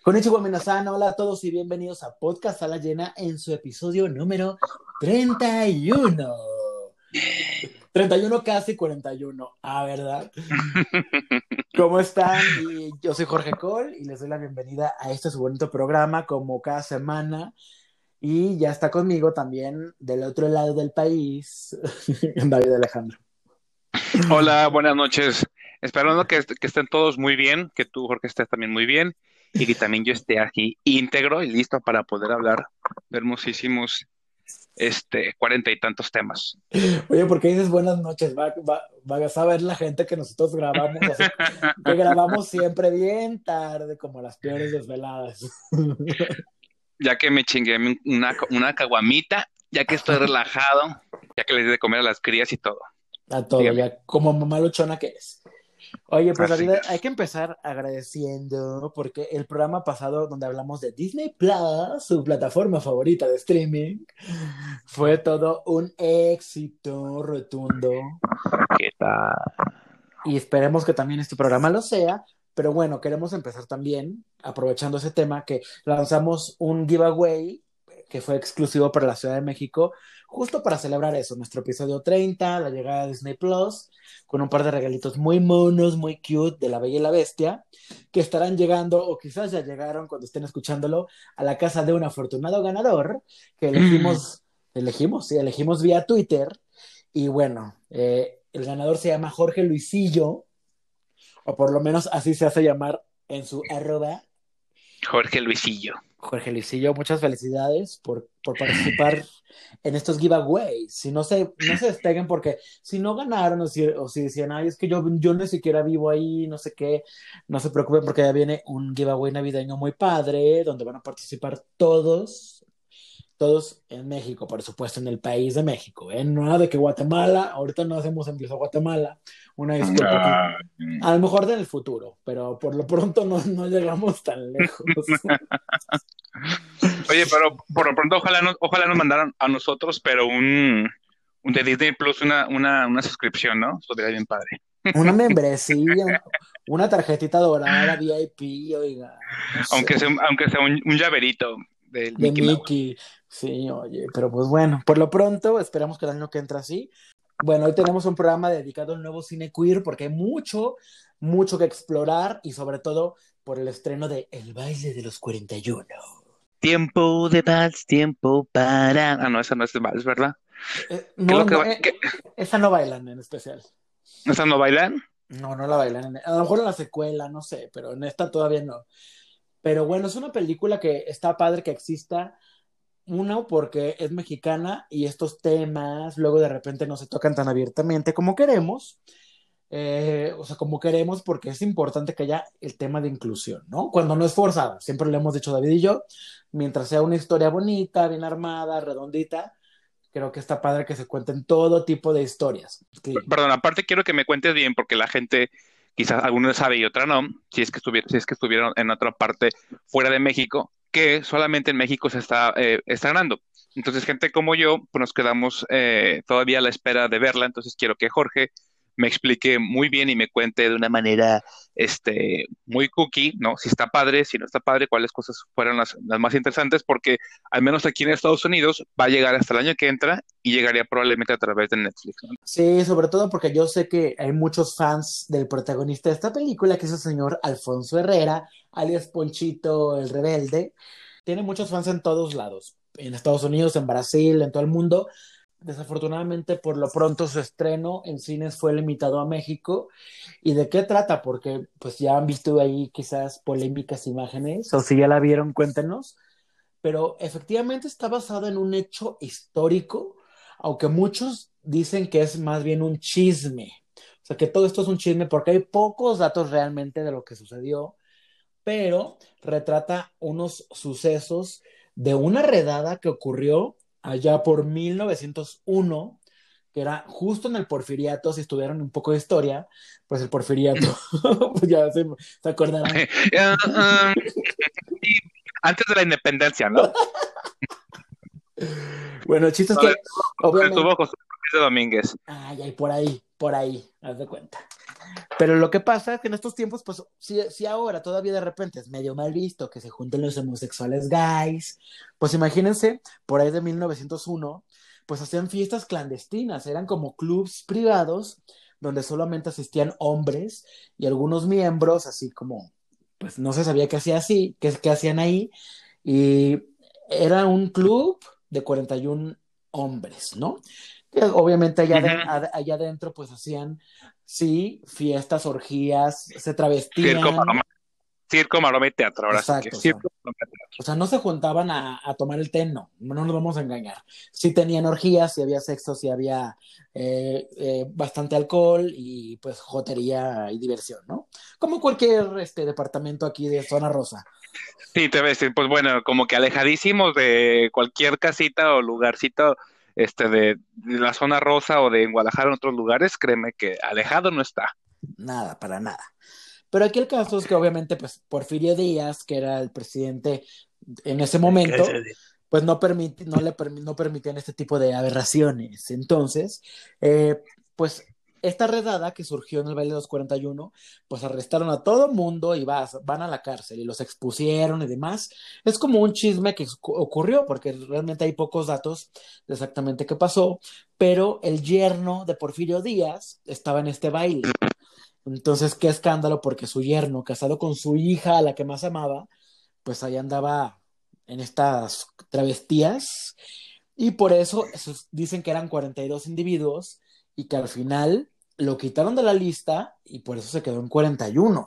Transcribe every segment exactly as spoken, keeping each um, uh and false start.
Konnichiwa minasan, hola a todos y bienvenidos a Podcast Sala Llena en su episodio número treinta y uno. treinta y uno casi cuarenta y uno, ah, ¿verdad? ¿Cómo están? Y yo soy Jorge Cole y les doy la bienvenida a este su bonito programa como cada semana. Y ya está conmigo también del otro lado del país, David Alejandro. Hola, buenas noches. Esperando que, est- que estén todos muy bien, que tú, Jorge, estés también muy bien y que también yo esté aquí íntegro y listo para poder hablar de hermosísimos este, cuarenta y tantos temas. Oye, ¿por qué dices buenas noches? Va, va, va a saber la gente que nosotros grabamos así, que grabamos siempre bien tarde, como las peores desveladas. Ya que me chingué mi- una, una caguamita, ya que estoy relajado, ya que les di de comer a las crías y todo. A todo, Dígame. ya como mamá luchona que es. Oye, pues Así David, hay es. que empezar agradeciendo porque el programa pasado donde hablamos de Disney Plus, su plataforma favorita de streaming, fue todo un éxito rotundo. ¿Qué tal? Y esperemos que también este programa lo sea. Pero bueno, queremos empezar también, aprovechando ese tema, que lanzamos un giveaway que fue exclusivo para la Ciudad de México, justo para celebrar eso, nuestro episodio treinta, la llegada de Disney Plus, con un par de regalitos muy monos, muy cute de La Bella y la Bestia, que estarán llegando, o quizás ya llegaron cuando estén escuchándolo, a la casa de un afortunado ganador que elegimos, elegimos, sí, elegimos vía Twitter. Y bueno, eh, el ganador se llama Jorge Luisillo, o por lo menos así se hace llamar en su arroba. Jorge Luisillo. Jorge Luisillo, muchas felicidades por, por participar en estos giveaways. Si no se, no se despeguen porque si no ganaron o si, o si decían, ay, es que yo, yo ni siquiera vivo ahí, no sé qué, no se preocupen porque ya viene un giveaway navideño muy padre donde van a participar todos todos en México, por supuesto, en el país de México, ¿eh? Nada de que Guatemala, ahorita no hacemos envíos a Guatemala, una disculpa aquí, Ah, a lo mejor en el futuro, pero por lo pronto no, no llegamos tan lejos. Oye, pero por lo pronto ojalá nos, ojalá nos mandaran a nosotros, pero un, un de Disney Plus, una, una, una suscripción, ¿no? Sería bien padre. Una membresía, una tarjetita dorada, V I P, oiga, no sé, Aunque sea, un- aunque sea un, un llaverito del de Mickey Mouse. Mickey, sí, oye, pero pues bueno, por lo pronto esperamos que el año que entra así. Bueno, hoy tenemos un programa dedicado al nuevo cine queer porque hay mucho, mucho que explorar y sobre todo por el estreno de El baile de los cuarenta y uno. Tiempo de paz, tiempo para. Ah, no, esa no es de Vals, ¿verdad? Eh, eh, ¿Qué es no, lo que no, va? eh, ¿Qué? esa no bailan en especial. ¿Esa no bailan? No, no la bailan. En- a lo mejor en la secuela, no sé, pero en esta todavía no. Pero bueno, es una película que está padre que exista. Uno, porque es mexicana y estos temas luego de repente no se tocan tan abiertamente como queremos. Eh, o sea, como queremos, porque es importante que haya el tema de inclusión, ¿no? Cuando no es forzada, siempre lo hemos dicho David y yo, mientras sea una historia bonita, bien armada, redondita, creo que está padre que se cuenten todo tipo de historias. P- Sí, Perdón, aparte quiero que me cuentes bien, porque la gente, quizás algunos sabe y otra no, si es que estuviera, si es que estuvieron en otra parte fuera de México, que solamente en México se está eh, estrenando. Entonces, gente como yo, pues nos quedamos eh, todavía a la espera de verla. Entonces, quiero que Jorge me explique muy bien y me cuente de una manera este, muy cookie, ¿no? Si está padre, si no está padre, cuáles cosas fueron las, las más interesantes, porque al menos aquí en Estados Unidos va a llegar hasta el año que entra y llegaría probablemente a través de Netflix, ¿no? sí, sobre todo porque yo sé que hay muchos fans del protagonista de esta película, que es el señor Alfonso Herrera, alias Ponchito el Rebelde. Tiene muchos fans en todos lados, en Estados Unidos, en Brasil, en todo el mundo. Desafortunadamente, por lo pronto, su estreno en cines fue limitado a México. ¿Y de qué trata? Porque pues ya han visto ahí quizás polémicas imágenes, o si ya la vieron, cuéntenos. Pero efectivamente está basado en un hecho histórico, aunque muchos dicen que es más bien un chisme. O sea, que todo esto es un chisme porque hay pocos datos realmente de lo que sucedió, pero retrata unos sucesos de una redada que ocurrió allá por mil novecientos uno, que era justo en el Porfiriato. Si estudiaron un poco de historia, pues el Porfiriato, pues ya se, se acordarán. Ah, ah, y antes de la independencia, ¿no? Bueno, el chiste es Donde que, estuvo, donde obviamente, estuvo José Luis de Domínguez. ay, ay, por ahí, por ahí, haz de cuenta. Pero lo que pasa es que en estos tiempos, pues, si, si ahora todavía de repente es medio mal visto que se junten los homosexuales gays, pues imagínense, por ahí de mil novecientos uno, pues hacían fiestas clandestinas, eran como clubs privados donde solamente asistían hombres y algunos miembros, así como, pues no se sabía qué hacía así, qué, qué hacían ahí, y era un club de cuarenta y uno hombres, ¿no? Que obviamente allá, de, Ujú. allá adentro pues hacían, sí, fiestas, orgías, se Circo, travestían, maroma, circo, maroma y teatro, ahora sí que exacto, o sea, circo, maroma y o teatro. sea, no se juntaban a, a tomar el té, no, no nos vamos a engañar. Sí tenían orgías, sí había sexo, sí había eh, eh, bastante alcohol y pues jotería y diversión, ¿no? Como cualquier este, departamento aquí de Zona Rosa. Sí, te voy a decir, pues bueno, como que alejadísimos de cualquier casita o lugarcito este de, de la zona rosa o de Guadalajara en otros lugares, créeme que alejado no está. Nada, para nada. Pero aquí el caso es que obviamente, pues, Porfirio Díaz, que era el presidente en ese momento, pues no, permiti- no le permi- no permitían este tipo de aberraciones. Entonces, eh, pues, esta redada que surgió en el baile de los cuarenta y uno, pues arrestaron a todo mundo y vas, van a la cárcel y los expusieron y demás. Es como un chisme que ocu- ocurrió, porque realmente hay pocos datos de exactamente qué pasó, pero el yerno de Porfirio Díaz estaba en este baile. Entonces, qué escándalo, porque su yerno, casado con su hija, a la que más amaba, pues ahí andaba en estas travestías. Y por eso esos dicen que eran cuarenta y dos individuos y que al final lo quitaron de la lista y por eso se quedó en cuarenta y uno.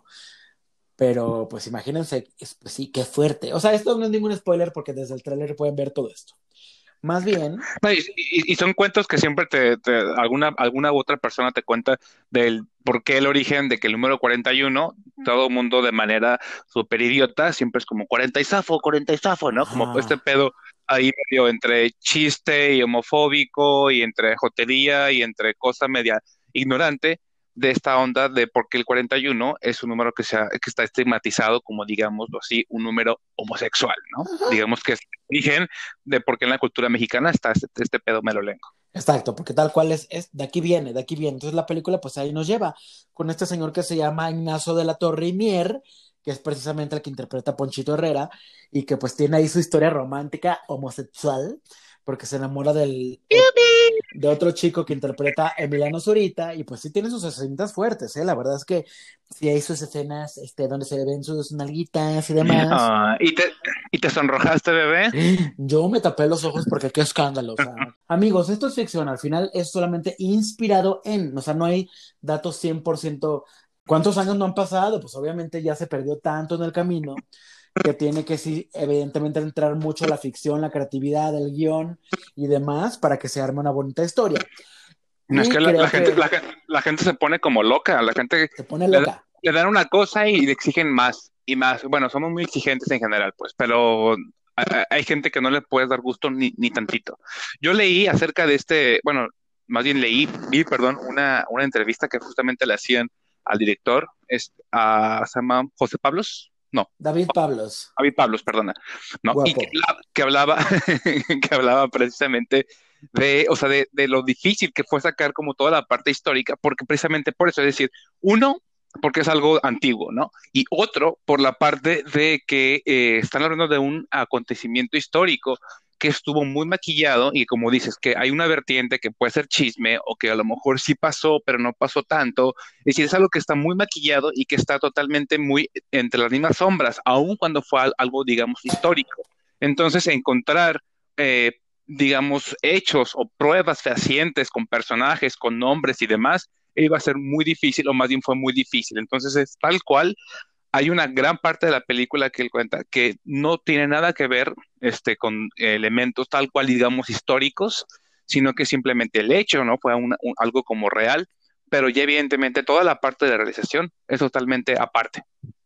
Pero pues imagínense, es- pues sí, qué fuerte. O sea, esto no es ningún spoiler porque desde el tráiler pueden ver todo esto. Más bien, No, y, y- y son cuentos que siempre te, te- alguna, alguna u otra persona te cuenta del por qué el origen de que el número cuarenta y uno, todo el mundo de manera súper idiota, siempre es como cuarenta y zafo, cuarenta y zafo, ¿no? Como este ajá, pedo ahí medio entre chiste y homofóbico y entre jotería y entre cosa media ignorante de esta onda de por qué el cuarenta y uno es un número que, se ha- que está estigmatizado como, digámoslo así, un número homosexual, ¿no? Digamos que es el origen de por qué en la cultura mexicana está este, este pedo melolengo. exacto, porque tal cual es, es, de aquí viene, de aquí viene. Entonces la película pues ahí nos lleva con este señor que se llama Ignacio de la Torre y Mier, que es precisamente el que interpreta a Ponchito Herrera y que pues tiene ahí su historia romántica homosexual, porque se enamora del, o- de otro chico que interpreta a Emiliano Zurita y pues sí tiene sus escenitas fuertes, ¿eh? La verdad es que sí hay sus escenas este, donde se le ven sus nalguitas y demás. Ah, ¿y te, y te sonrojaste, bebé? Yo me tapé los ojos porque qué escándalo. O sea, amigos, esto es ficción. Al final es solamente inspirado en, o sea, no hay datos cien por ciento. ¿Cuántos años no han pasado? Pues obviamente ya se perdió tanto en el camino que tiene que sí, evidentemente entrar mucho la ficción, la creatividad, el guión y demás para que se arme una bonita historia. No, es Y que la, la creo gente, que la, gen- la gente se pone como loca, la gente se pone le, da- loca. le dan una cosa y le exigen más y más. Bueno, somos muy exigentes en general, pues, pero a- a- hay gente que no le puedes dar gusto ni, ni tantito. Yo leí acerca de este, bueno, más bien leí, vi, perdón, una, una entrevista que justamente le hacían al director, es, a, se llama José Pablos, no, David Pablos, David Pablos, perdona, ¿no? Y que, guapo. habla- que hablaba, que hablaba precisamente de, o sea, de, de lo difícil que fue sacar como toda la parte histórica, porque precisamente por eso, es decir, uno, porque es algo antiguo, ¿no? Y otro, por la parte de que eh, están hablando de un acontecimiento histórico que estuvo muy maquillado y como dices, que hay una vertiente que puede ser chisme o que a lo mejor sí pasó, pero no pasó tanto. Es decir, es algo que está muy maquillado y que está totalmente muy entre las mismas sombras, aun cuando fue al- algo, digamos, histórico. Entonces, encontrar, eh, digamos, hechos o pruebas fehacientes con personajes, con nombres y demás, iba a ser muy difícil, o más bien fue muy difícil. Entonces, es tal cual hay una gran parte de la película que él cuenta que no tiene nada que ver este, con elementos tal cual, digamos, históricos, sino que simplemente el hecho, ¿no? Fue una- un- algo como real, pero ya evidentemente toda la parte de la realización es totalmente aparte.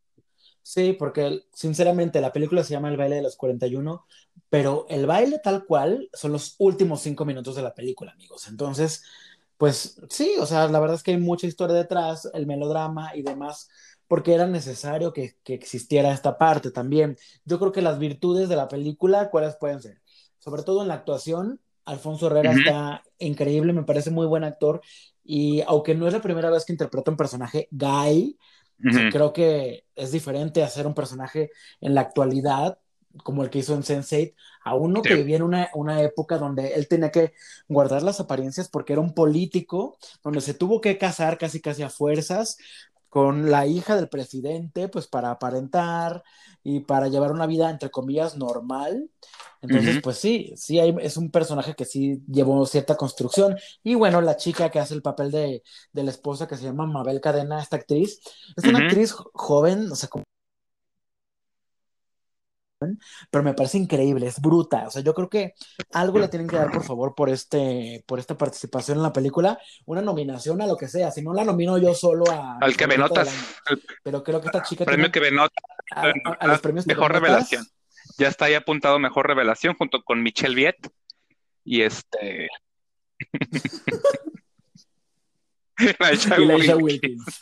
Sí, porque sinceramente la película se llama El baile de los cuarenta y uno, pero el baile tal cual son los últimos cinco minutos de la película, amigos. Entonces, pues sí, o sea, la verdad es que hay mucha historia detrás, el melodrama y demás, porque era necesario que, que existiera esta parte también. Yo creo que las virtudes de la película, ¿cuáles pueden ser? Sobre todo en la actuación, Alfonso Herrera Ujú. está increíble, me parece muy buen actor Y aunque no es la primera vez que interpreta un personaje gay, o sea, Ujú, creo que es diferente hacer un personaje en la actualidad, como el que hizo en sense eight, a uno sí, que vivía en una, una época donde él tenía que guardar las apariencias porque era un político, donde se tuvo que casar casi casi a fuerzas con la hija del presidente, pues para aparentar y para llevar una vida, entre comillas, normal. Entonces, ujú. pues sí, sí hay, es un personaje que sí llevó cierta construcción. Y bueno, la chica que hace el papel de, de la esposa, que se llama Mabel Cadena, esta actriz, es una Ujú. actriz joven, o sea, como, pero me parece increíble, es bruta. O sea, yo creo que algo le tienen que dar, por favor, por este, por esta participación en la película, una nominación a lo que sea. Si no la nomino yo solo a mi Al que ve favorita del notas, año, el pero creo que esta chica premio tiene que ve notas, a, a, a los premios T V mejor revelación. Notas Ya está ahí apuntado mejor revelación junto con Michelle Viet y este Elijah y Laisha Wilkins. Wilkins.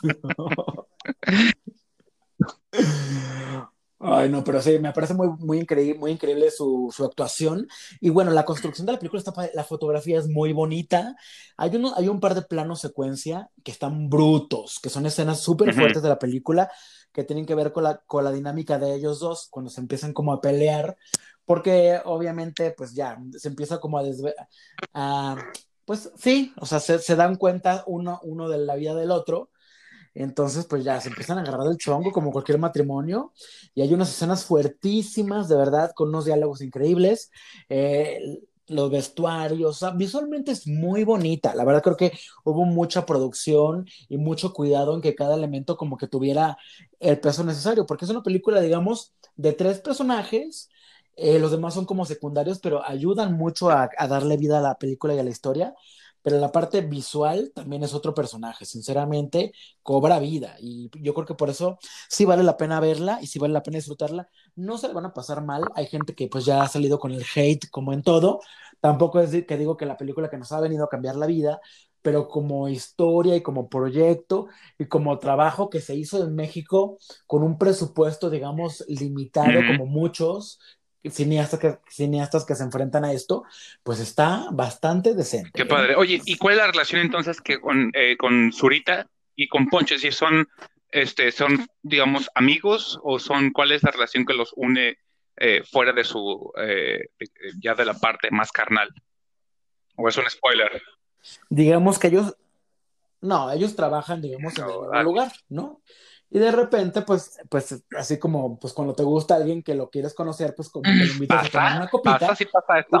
Ay, no, pero sí, me parece muy, muy increíble, muy increíble su, su actuación. Y bueno, la construcción de la película está, pa- la fotografía es muy bonita. Hay, uno, hay un par de planos secuencia que están brutos, que son escenas súper Ujú, fuertes de la película, que tienen que ver con la, con la dinámica de ellos dos cuando se empiezan como a pelear, porque obviamente, pues ya, se empieza como a desve a- pues sí, o sea, se, se dan cuenta uno, uno de la vida del otro. Entonces, pues ya se empiezan a agarrar el chongo como cualquier matrimonio y hay unas escenas fuertísimas, de verdad, con unos diálogos increíbles. Eh, los vestuarios, o sea, visualmente es muy bonita. La verdad creo que hubo mucha producción y mucho cuidado en que cada elemento como que tuviera el peso necesario, porque es una película, digamos, de tres personajes. Eh, los demás son como secundarios, pero ayudan mucho a, a darle vida a la película y a la historia. Pero la parte visual también es otro personaje. Sinceramente, cobra vida. Y yo creo que por eso sí vale la pena verla y sí vale la pena disfrutarla. No se la van a pasar mal. Hay gente que pues ya ha salido con el hate como en todo. Tampoco es que digo que la película que nos ha venido a cambiar la vida, pero como historia y como proyecto y como trabajo que se hizo en México con un presupuesto, digamos, limitado ujú. como muchos cineastas que, cineastas que se enfrentan a esto, pues está bastante Qué decente, ¿eh? padre. Oye, ¿y cuál es la relación entonces que con, eh, con Zurita y con Poncho? Es decir, son, este, son, digamos, amigos o son, ¿cuál es la relación que los une eh, fuera de su, eh, de- ya de la parte más carnal? ¿O es un spoiler? Digamos que ellos no, ellos trabajan, digamos, en el No, mismo dale. lugar, ¿no? Y de repente, pues, pues, así como, pues, cuando te gusta alguien que lo quieres conocer, pues, como que lo invitas a tomar ¿Pasa? una ¿Pasa? copita ¿Sí pasa esto? y,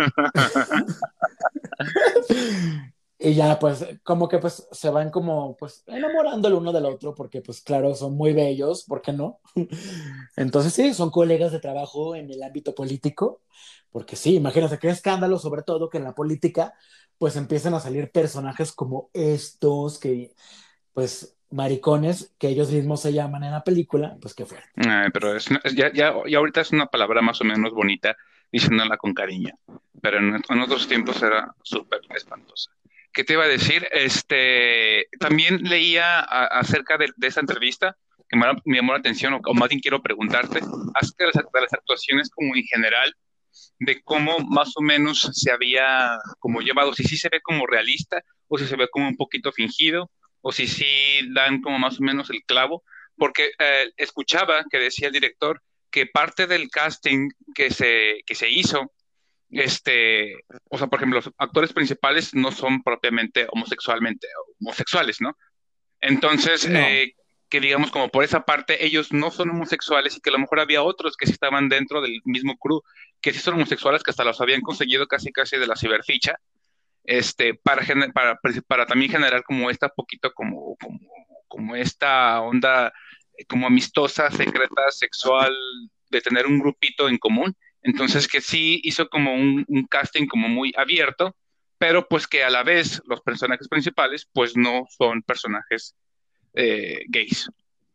y ya, pues, como que, pues, se van como, pues, enamorando el uno del otro, porque, pues, claro, son muy bellos, ¿por qué no? Entonces, sí, son colegas de trabajo en el ámbito político, porque sí, imagínate qué escándalo, sobre todo que en la política, pues, empiezan a salir personajes como estos, que pues maricones que ellos mismos se llaman en la película, pues qué fuerte. Eh, pero es, es- ya, ya, ya ahorita es una palabra más o menos bonita diciéndola con cariño, pero en, en otros tiempos era súper espantosa. ¿Qué te iba a decir? Este, también leía a- acerca de, de esa entrevista que me, me llamó la atención, o, o más bien quiero preguntarte, acerca de las, de las actuaciones como en general, de cómo más o menos se había como llevado, si sí se ve como realista o si se ve como un poquito fingido o si sí dan como más o menos el clavo, porque eh, escuchaba que decía el director que parte del casting que se, que se hizo, este, o sea, por ejemplo, los actores principales no son propiamente homosexualmente homosexuales, ¿no? Entonces, No, eh, que digamos como por esa parte ellos no son homosexuales y que a lo mejor había otros que sí estaban dentro del mismo crew, que sí son homosexuales, que hasta los habían conseguido casi casi de la ciberficha, este, para, gener- para, para también generar como esta poquito como, como, como esta onda eh, como amistosa, secreta, sexual, de tener un grupito en común. Entonces que sí hizo como un, un casting como muy abierto, pero pues que a la vez los personajes principales pues no son personajes eh, gays.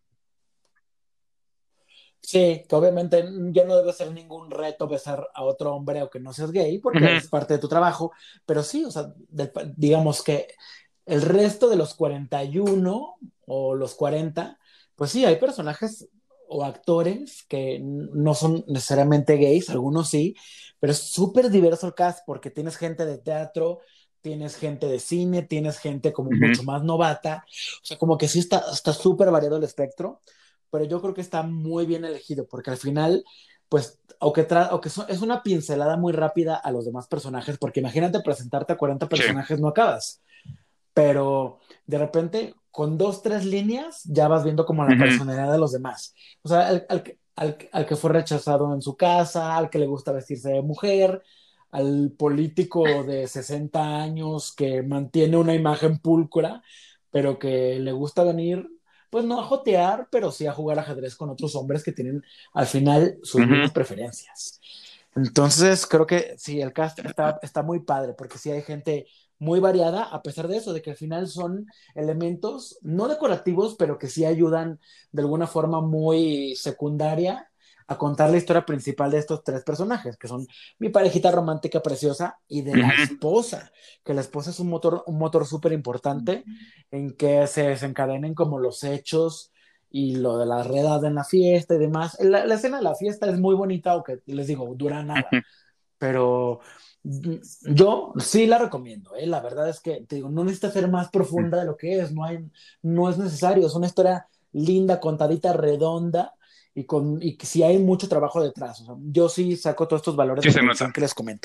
sí, que obviamente ya no debe ser ningún reto besar a otro hombre o que no seas gay, porque Ujú. es parte de tu trabajo, pero sí, o sea, de- digamos que el resto de los cuarenta y uno o los cuarenta pues sí, hay personajes o actores que no son necesariamente gays, algunos sí, pero es súper diverso el cast porque tienes gente de teatro, tienes gente de cine, tienes gente como mucho más novata, o sea, como que sí está está súper variado el espectro, pero yo creo que está muy bien elegido, porque al final, pues, aunque, tra aunque so es una pincelada muy rápida a los demás personajes, porque imagínate presentarte a cuarenta Sí. personajes, no acabas, pero de repente, con dos, tres líneas, ya vas viendo como la Ujú. personalidad de los demás. O sea, al, al, que- al, al que fue rechazado en su casa, al que le gusta vestirse de mujer, al político de sesenta años que mantiene una imagen pulcra, pero que le gusta venir, pues no a jotear, pero sí a jugar ajedrez con otros hombres que tienen al final sus Ujú. mismas preferencias. Entonces, creo que sí, el cast está, está muy padre, porque sí hay gente muy variada, a pesar de eso, de que al final son elementos no decorativos, pero que sí ayudan de alguna forma muy secundaria a contar la historia principal de estos tres personajes, que son mi parejita romántica preciosa y de la Ujú. esposa, que la esposa es un motor, un motor súper importante en que se desencadenen como los hechos y lo de la redada en la fiesta y demás. La, la escena de la fiesta es muy bonita, aunque les digo, dura nada, Ujú. pero mm, yo sí la recomiendo, ¿eh? La verdad es que te digo, no necesita ser más profunda de lo que es, no, hay, no es necesario, es una historia linda, contadita, redonda y, con, y que sí hay mucho trabajo detrás. O sea, yo sí saco todos estos valores Sí de se nota. producción que les comento.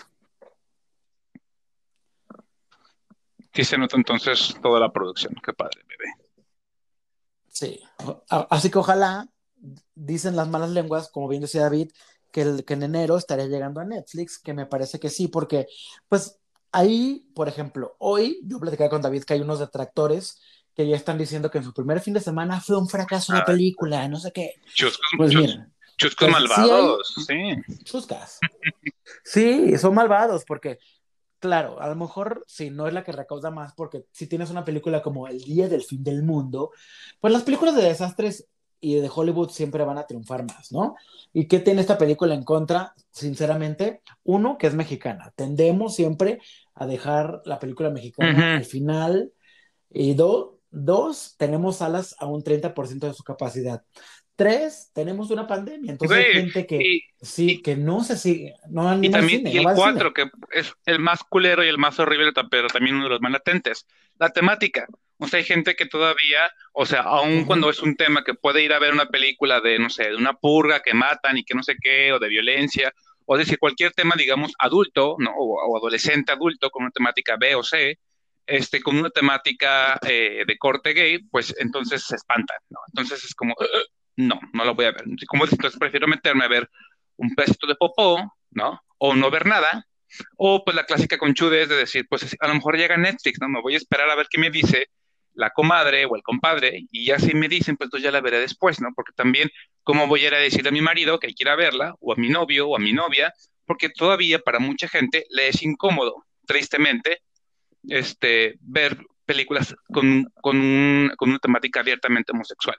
Sí se nota entonces toda la producción. Qué padre, bebé. Sí, A- así que ojalá, dicen las malas lenguas, como bien decía David, que, el, que en enero estaría llegando a Netflix, que me parece que sí, porque pues ahí, por ejemplo, hoy yo platicaba con David que hay unos detractores que ya están diciendo que en su primer fin de semana fue un fracaso la Ah, película, no sé qué. chuscos, Pues chus- miren, chuscos pues sí hay malvados, sí. chuscas. Sí, son malvados porque, claro, a lo mejor sí, no es la que recauda más, porque si tienes una película como El Día del Fin del Mundo, pues las películas de desastres y de Hollywood siempre van a triunfar más, ¿no? ¿Y qué tiene esta película en contra? Sinceramente, uno, que es mexicana. Tendemos siempre a dejar la película mexicana Ujú. al final. Y do- dos, tenemos salas a un treinta por ciento de su capacidad. Tres, tenemos una pandemia. Entonces hay Güey, gente que y, sí, y, que no se sigue, no y anima al también, cine, y no el va al cuatro cine. que es el más culero y el más horrible, ta- pero también uno de los más latentes. La temática. O sea, hay gente que todavía, o sea, aun Ujú. cuando es un tema que puede ir a ver una película de, no sé, de una purga que matan y que no sé qué, o de violencia, o decir, cualquier tema, digamos, adulto, ¿no? O, o adolescente adulto con una temática B o C, este, con una temática eh, de corte gay, pues entonces se espantan, ¿no? Entonces es como, "Uh, uh, no, no lo voy a ver. Como dices, entonces prefiero meterme a ver un pedacito de popó, ¿no? O no ver nada. O pues la clásica conchude es de decir, pues a lo mejor llega Netflix, ¿no? Me voy a esperar a ver qué me dice la comadre o el compadre y ya si me dicen, pues entonces ya la veré después, ¿no? Porque también, ¿cómo voy a ir a decirle a mi marido que quiera verla, o a mi novio o a mi novia? Porque todavía para mucha gente le es incómodo, tristemente, este, ver películas con, con, un- con una temática abiertamente homosexual.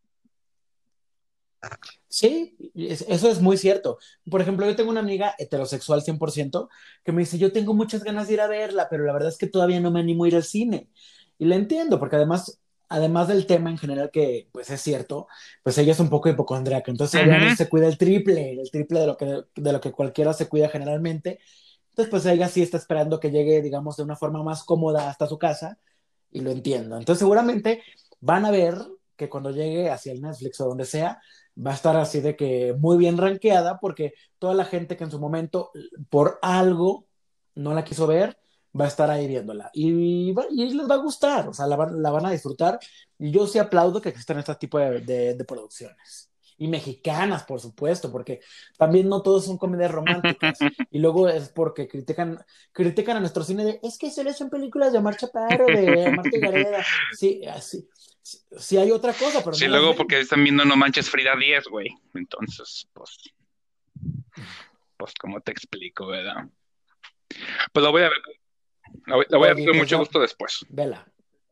Sí, es- eso es muy cierto. Por ejemplo, yo tengo una amiga heterosexual cien por ciento que me dice, yo tengo muchas ganas de ir a verla, pero la verdad es que todavía no me animo a ir al cine. Y la entiendo, porque además, además del tema en general que pues es cierto, pues ella es un poco hipocondríaca, entonces obviamente Ujú. se cuida el triple, el triple de lo que, de lo que cualquiera se cuida generalmente. Entonces, pues ella sí está esperando que llegue, digamos, de una forma más cómoda hasta su casa y lo entiendo. Entonces, seguramente van a ver que cuando llegue hacia el Netflix o donde sea, va a estar así de que muy bien rankeada porque toda la gente que en su momento por algo no la quiso ver, va a estar ahí viéndola y, va- y les va a gustar, o sea, la, van- la van a disfrutar y yo sí aplaudo que existan este tipo de, de- de producciones. Y mexicanas, por supuesto, porque también no todos son comedias románticas. Y luego es porque critican, critican a nuestro cine de, es que solo son películas de Omar Chaparro, de Marta y Gareda. Sí, así, sí, sí hay otra cosa, pero Sí, no las luego porque ven. están viendo No Manches Frida diez, güey. Entonces, pues, pues, ¿cómo te explico, verdad? Pues la voy a ver, la voy, la voy a ver Oye, con pues mucho ya, gusto después. vela.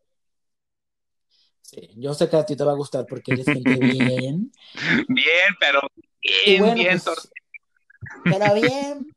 Sí, yo sé que a ti te va a gustar porque eres gente bien. Bien, pero Y bien, bueno, bien torcido. pues, pero bien.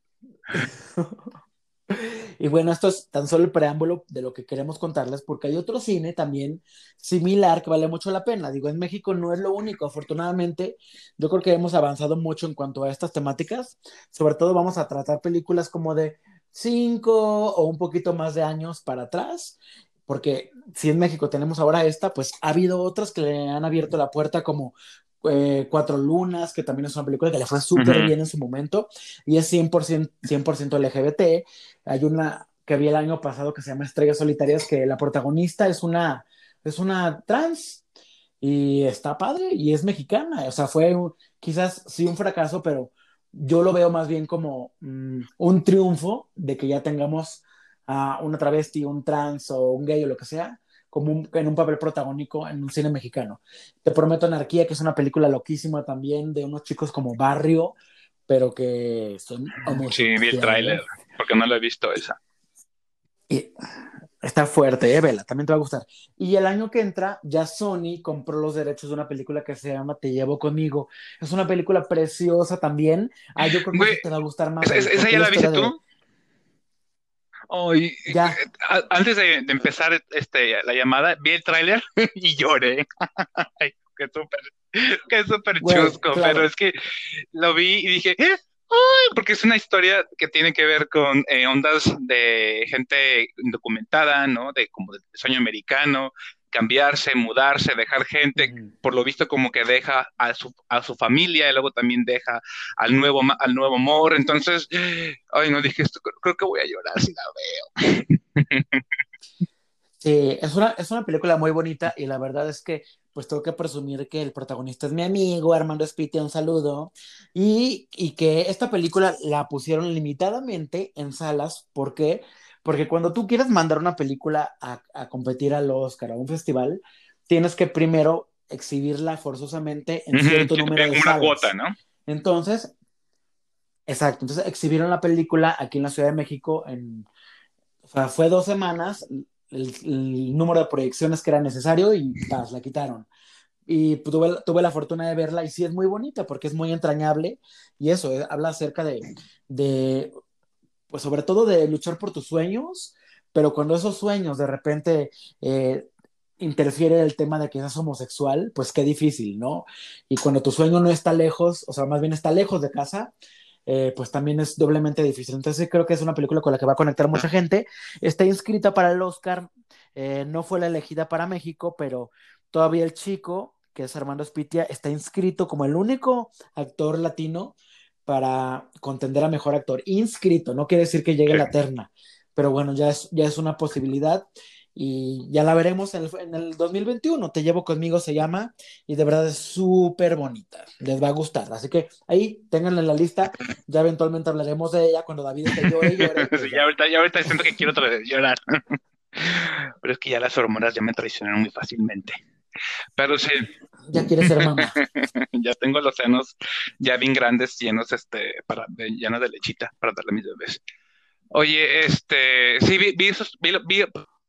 Y bueno, esto es tan solo el preámbulo de lo que queremos contarles, porque hay otro cine también similar que vale mucho la pena. Digo, en México no es lo único, afortunadamente, yo creo que hemos avanzado mucho en cuanto a estas temáticas. Sobre todo vamos a tratar películas como de cinco o un poquito más de años para atrás, porque si en México tenemos ahora esta, pues ha habido otras que le han abierto la puerta como eh, Cuatro Lunas, que también es una película que le fue súper Ujú. bien en su momento y es cien por ciento, cien por ciento L G B T. Hay una que vi el año pasado que se llama Estrellas Solitarias, que la protagonista es una, es una trans y está padre y es mexicana. O sea, fue un- quizás sí un fracaso, pero yo lo veo más bien como mm, un triunfo de que ya tengamos a una travesti, un trans o un gay o lo que sea, como un- en un papel protagónico en un cine mexicano. Te prometo Anarquía, que es una película loquísima también de unos chicos como Barrio, pero que son Sí, vi el homosexuales. tráiler, porque no lo he visto esa. Y está fuerte, eh, Vela, también te va a gustar. Y el año que entra, ya Sony compró los derechos de una película que se llama Te llevo conmigo. Es una película preciosa también. Ah, yo creo que Güey, esa te va a gustar más, ¿esa, esa- Vela, esa porque es ya la la viste historia tú? de, Oh, y- y- ya, a- antes de, de empezar este, la llamada, vi el tráiler y lloré. Ay, qué súper, qué súper güey, chusco, pero claro. es que lo vi y dije, "Eh, ay", porque es una historia que tiene que ver con eh, ondas de gente indocumentada, ¿no? De como de sueño americano, cambiarse, mudarse, dejar gente, Ujú. por lo visto como que deja a su, a su familia y luego también deja al nuevo, ma- al nuevo amor. Entonces, ay, no dije esto, creo, creo que voy a llorar si la veo. Sí, es una, es una película muy bonita y la verdad es que pues tengo que presumir que el protagonista es mi amigo Armando Espitia, un saludo, y, y que esta película la pusieron limitadamente en salas. ¿Por qué? Porque cuando tú quieres mandar una película a, a competir al Oscar, a un festival, tienes que primero exhibirla forzosamente en Ujú, cierto sí, te número piden de como una cuota, salas. ¿no? Entonces, exacto, entonces exhibieron la película aquí en la Ciudad de México en, o sea, fue dos semanas el, el número de proyecciones que era necesario y paz, la quitaron. Y pues, tuve, tuve la fortuna de verla y sí es muy bonita porque es muy entrañable y eso, eh, habla acerca de, de, pues sobre todo de luchar por tus sueños, pero cuando esos sueños de repente eh, interfiere el tema de que seas homosexual, pues qué difícil, ¿no? Y cuando tu sueño no está lejos, o sea, más bien está lejos de casa, eh, pues también es doblemente difícil. Entonces creo que es una película con la que va a conectar mucha gente. Está inscrita para el Oscar, eh, no fue la elegida para México, pero todavía el chico, que es Armando Spitia, está inscrito como el único actor latino para contender a mejor actor. Inscrito, no quiere decir que llegue a Sí. la terna, pero bueno, ya es, ya es una posibilidad y ya la veremos en el, en el dos mil veintiuno. Te llevo conmigo, se llama, y de verdad es súper bonita. Les va a gustar. Así que ahí ténganla en la lista. Ya eventualmente hablaremos de ella cuando David esté llore y llore, Sí, pues ya ya, ahorita, ya ahorita siento que quiero otra vez llorar. Pero es que ya las hormonas ya me traicionan muy fácilmente. Pero sí, ya quiere ser mamá. ya tengo los senos ya bien grandes, llenos, este, para, de- llenos de lechita para darle a mis bebés. Oye, este, sí, vi, vi esos, vi, vi-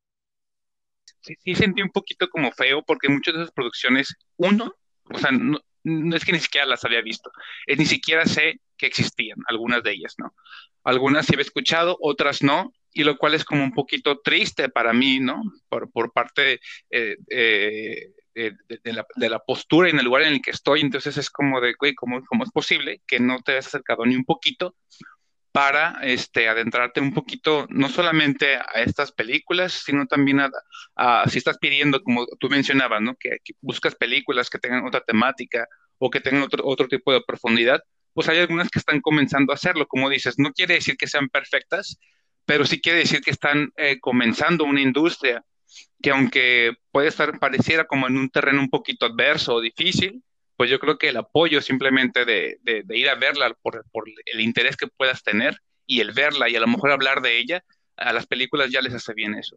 sí, sí sentí un poquito como feo porque muchas de esas producciones, uno, o sea, no, no es que ni siquiera las había visto, es ni siquiera sé que existían, algunas de ellas, ¿no? Algunas sí había escuchado, otras no, y lo cual es como un poquito triste para mí, ¿no? Por, por parte eh, eh, de, de- de la, de la postura y en el lugar en el que estoy, entonces es como de, güey, ¿cómo, cómo es posible que no te hayas acercado ni un poquito para este, adentrarte un poquito, no solamente a estas películas, sino también a, a- si estás pidiendo, como tú mencionabas, ¿no? Que, que buscas películas que tengan otra temática o que tengan otro, otro tipo de profundidad, pues hay algunas que están comenzando a hacerlo, como dices, no quiere decir que sean perfectas, pero sí quiere decir que están eh, comenzando una industria que aunque puede estar, pareciera como en un terreno un poquito adverso o difícil, pues yo creo que el apoyo simplemente de, de- de ir a verla por, por el interés que puedas tener y el verla y a lo mejor hablar de ella, a las películas ya les hace bien eso.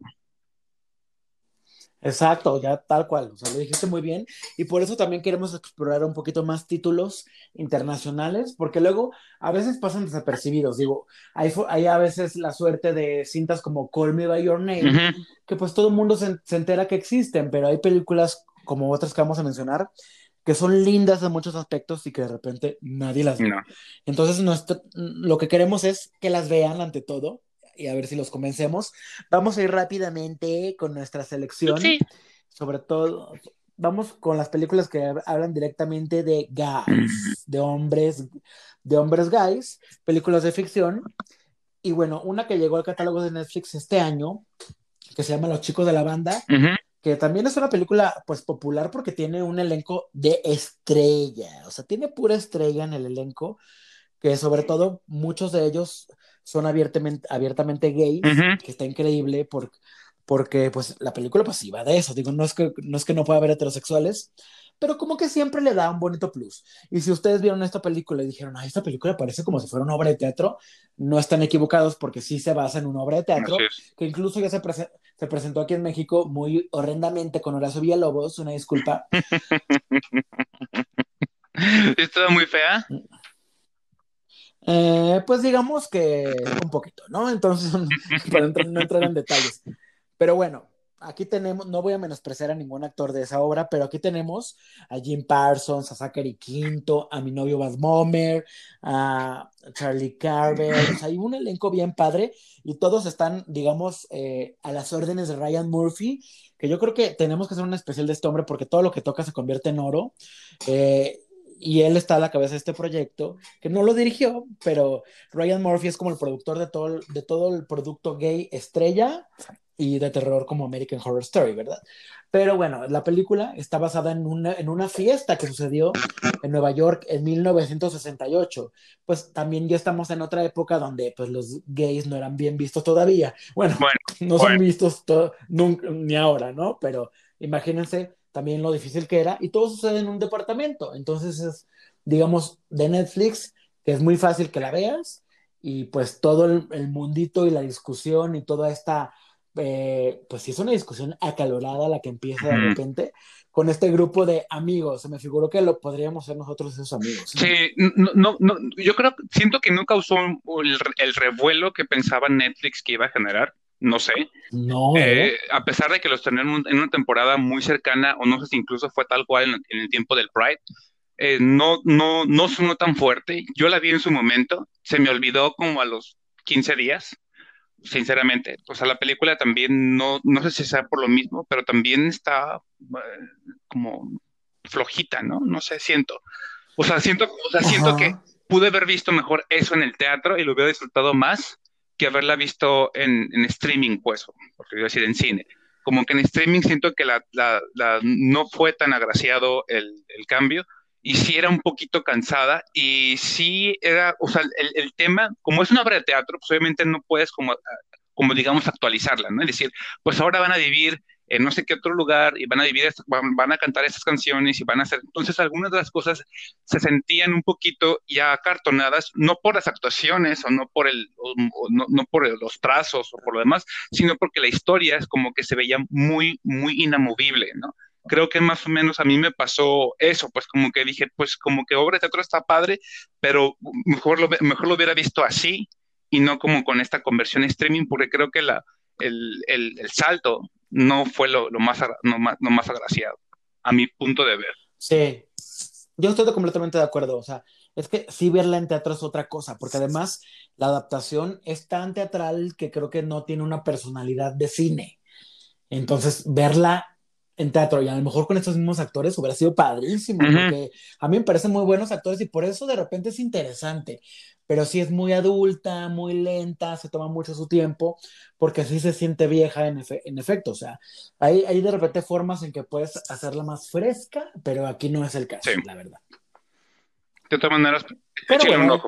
Exacto, ya tal cual, o sea, lo dijiste muy bien y por eso también queremos explorar un poquito más títulos internacionales, porque luego a veces pasan desapercibidos, digo, hay, fu- hay a veces la suerte de cintas como Call Me By Your Name, Ujú. que pues todo el mundo se, se entera que existen, pero hay películas como otras que vamos a mencionar que son lindas en muchos aspectos y que de repente nadie las vio. No. Entonces, nuestro- lo que queremos es que las vean ante todo y a ver si los convencemos. Vamos a ir rápidamente con nuestra selección, Sí. sobre todo, vamos con las películas que hablan directamente de Mm. guys, de hombres, de hombres guys, películas de ficción. Y bueno, una que llegó al catálogo de Netflix este año, que se llama Los Chicos de la Banda, Ujú. que también es una película pues popular porque tiene un elenco de estrella, o sea, tiene pura estrella en el elenco, que sobre todo muchos de ellos son abiertamente, abiertamente gays, Ujú. que está increíble por, porque pues la película pues iba de eso, digo, no es que no, es que no pueda haber heterosexuales, pero como que siempre le da un bonito plus. Y si ustedes vieron esta película y dijeron, ay, esta película parece como si fuera una obra de teatro, no están equivocados porque sí se basa en una obra de Así teatro, es. que incluso ya se, prese- se presentó aquí en México muy horrendamente con Horacio Villalobos, una disculpa. Está muy fea. Eh, pues digamos que un poquito, ¿no? Entonces, para entrar- no entrar en detalles. Pero bueno, aquí tenemos, no voy a menospreciar a ningún actor de esa obra, pero aquí tenemos a Jim Parsons, a Zachary Quinto, a mi novio Baz Luhrmann, a Charlie Carver, o sea, hay un elenco bien padre y todos están, digamos, eh, a las órdenes de Ryan Murphy, que yo creo que tenemos que hacer un especial de este hombre porque todo lo que toca se convierte en oro. Eh, y él está a la cabeza de este proyecto, que no lo dirigió, pero Ryan Murphy es como el productor de todo, de todo el producto gay estrella y de terror como American Horror Story, ¿verdad? Pero bueno, la película está basada en una, en una fiesta que sucedió en Nueva York en mil novecientos sesenta y ocho. Pues también ya estamos en otra época donde pues los gays no eran bien vistos todavía. Bueno, Bueno, no son vistos to- nunca, ni ahora, ¿no? Pero imagínense también lo difícil que era y todo sucede en un departamento. Entonces es, digamos, de Netflix, que es muy fácil que la veas y pues todo el, el mundito y la discusión y toda esta eh, pues sí es una discusión acalorada la que empieza de ujú. repente con este grupo de amigos. Se me figuró que lo podríamos ser nosotros esos amigos, ¿no? Sí, no, no, no, yo creo, siento que no causó el, el revuelo que pensaba Netflix que iba a generar, no sé. No, ¿eh? Eh, a pesar de que los tenían en una temporada muy cercana, o no sé si incluso fue tal cual en, en el tiempo del Pride, eh, no, no, no sonó tan fuerte. Yo la vi en su momento, se me olvidó como a los quince días, sinceramente. O sea, la película también, no, no sé si sea por lo mismo, pero también está eh, como flojita, ¿no? No sé, siento. O sea, siento, o sea, siento que Ajá. pude haber visto mejor eso en el teatro y lo hubiera disfrutado más que haberla visto en, en streaming, pues, porque iba a decir en cine. Como que en streaming siento que la, la- la- no fue tan agraciado el, el cambio y sí era un poquito cansada y sí era, o sea, el, el tema, como es una obra de teatro, pues obviamente no puedes como, como digamos, actualizarla, ¿no? Es decir, pues ahora van a vivir en no sé qué otro lugar y van a vivir, est- van, van a cantar estas canciones y van a hacer, entonces algunas de las cosas se sentían un poquito ya acartonadas, no por las actuaciones o no por el, o- o no, no por el- los trazos o por lo demás, sino porque la historia es como que se veía muy, muy inamovible, ¿no? Creo que más o menos a mí me pasó eso, pues como que dije, pues como que obra de teatro está padre, pero mejor lo, mejor lo hubiera visto así y no como con esta conversión streaming, porque creo que la, el, el, el salto no fue lo, lo más, agra- no más, lo más agraciado, a mi punto de ver. Sí, yo estoy completamente de acuerdo. O sea, es que sí verla en teatro es otra cosa, porque además la adaptación es tan teatral que creo que no tiene una personalidad de cine. Entonces, verla en teatro y a lo mejor con estos mismos actores hubiera sido padrísimo, Ujú. porque a mí me parecen muy buenos actores y por eso de repente es interesante, pero sí es muy adulta, muy lenta, se toma mucho su tiempo, porque sí se siente vieja en, efe- en efecto, o sea, hay, hay de repente formas en que puedes hacerla más fresca, pero aquí no es el Sí, caso, la verdad. de todas maneras, Pero échale bueno, un ahí, ojo.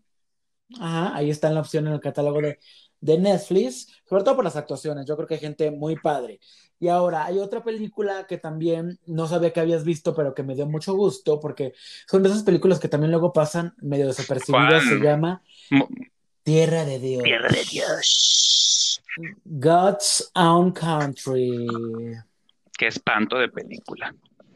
ajá, ahí está la opción en el catálogo de, de Netflix, sobre todo por las actuaciones. Yo creo que hay gente muy padre. Y ahora, hay otra película que también no sabía que habías visto, pero que me dio mucho gusto, porque son de esas películas que también luego pasan medio desapercibidas. Se ¿Cuál? llama Mo- Tierra de Tierra de Dios. Dios. God's Own Country. Qué espanto de película.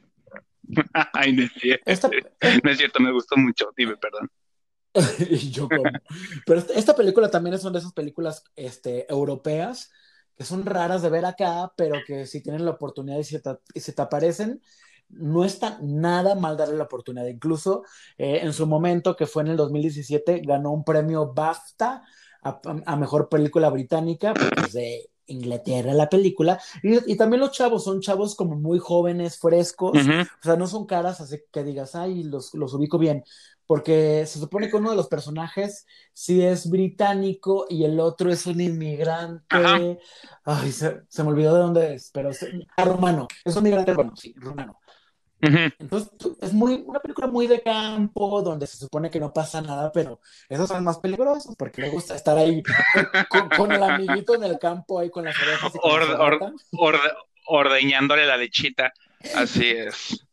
Ay, no es cierto. Esta, es- No es cierto, me gustó mucho. Dime, perdón. y yo como, pero esta, esta película también es una de esas películas este, europeas que son raras de ver acá, pero que si tienen la oportunidad y si te, y si te aparecen, no está nada mal darle la oportunidad. Incluso eh, en su momento, que fue en el dos mil diecisiete, ganó un premio BAFTA a, a mejor película británica, porque es de Inglaterra la película, y, y también los chavos son chavos como muy jóvenes, frescos, Ujú. o sea, no son caras así que digas, ay, los, los ubico bien, porque se supone que uno de los personajes sí es británico y el otro es un Ajá. inmigrante, ay, se, se me olvidó de dónde es, pero es ah, rumano, es un inmigrante, bueno, sí, rumano. Ujú. Entonces, es muy, una película muy de campo, donde se supone que no pasa nada, pero esos son más peligrosos, porque le gusta estar ahí con, con, con el amiguito en el campo, ahí con las ovejas y con la Orde- or- fogata. orde- ordeñándole la lechita. Así es.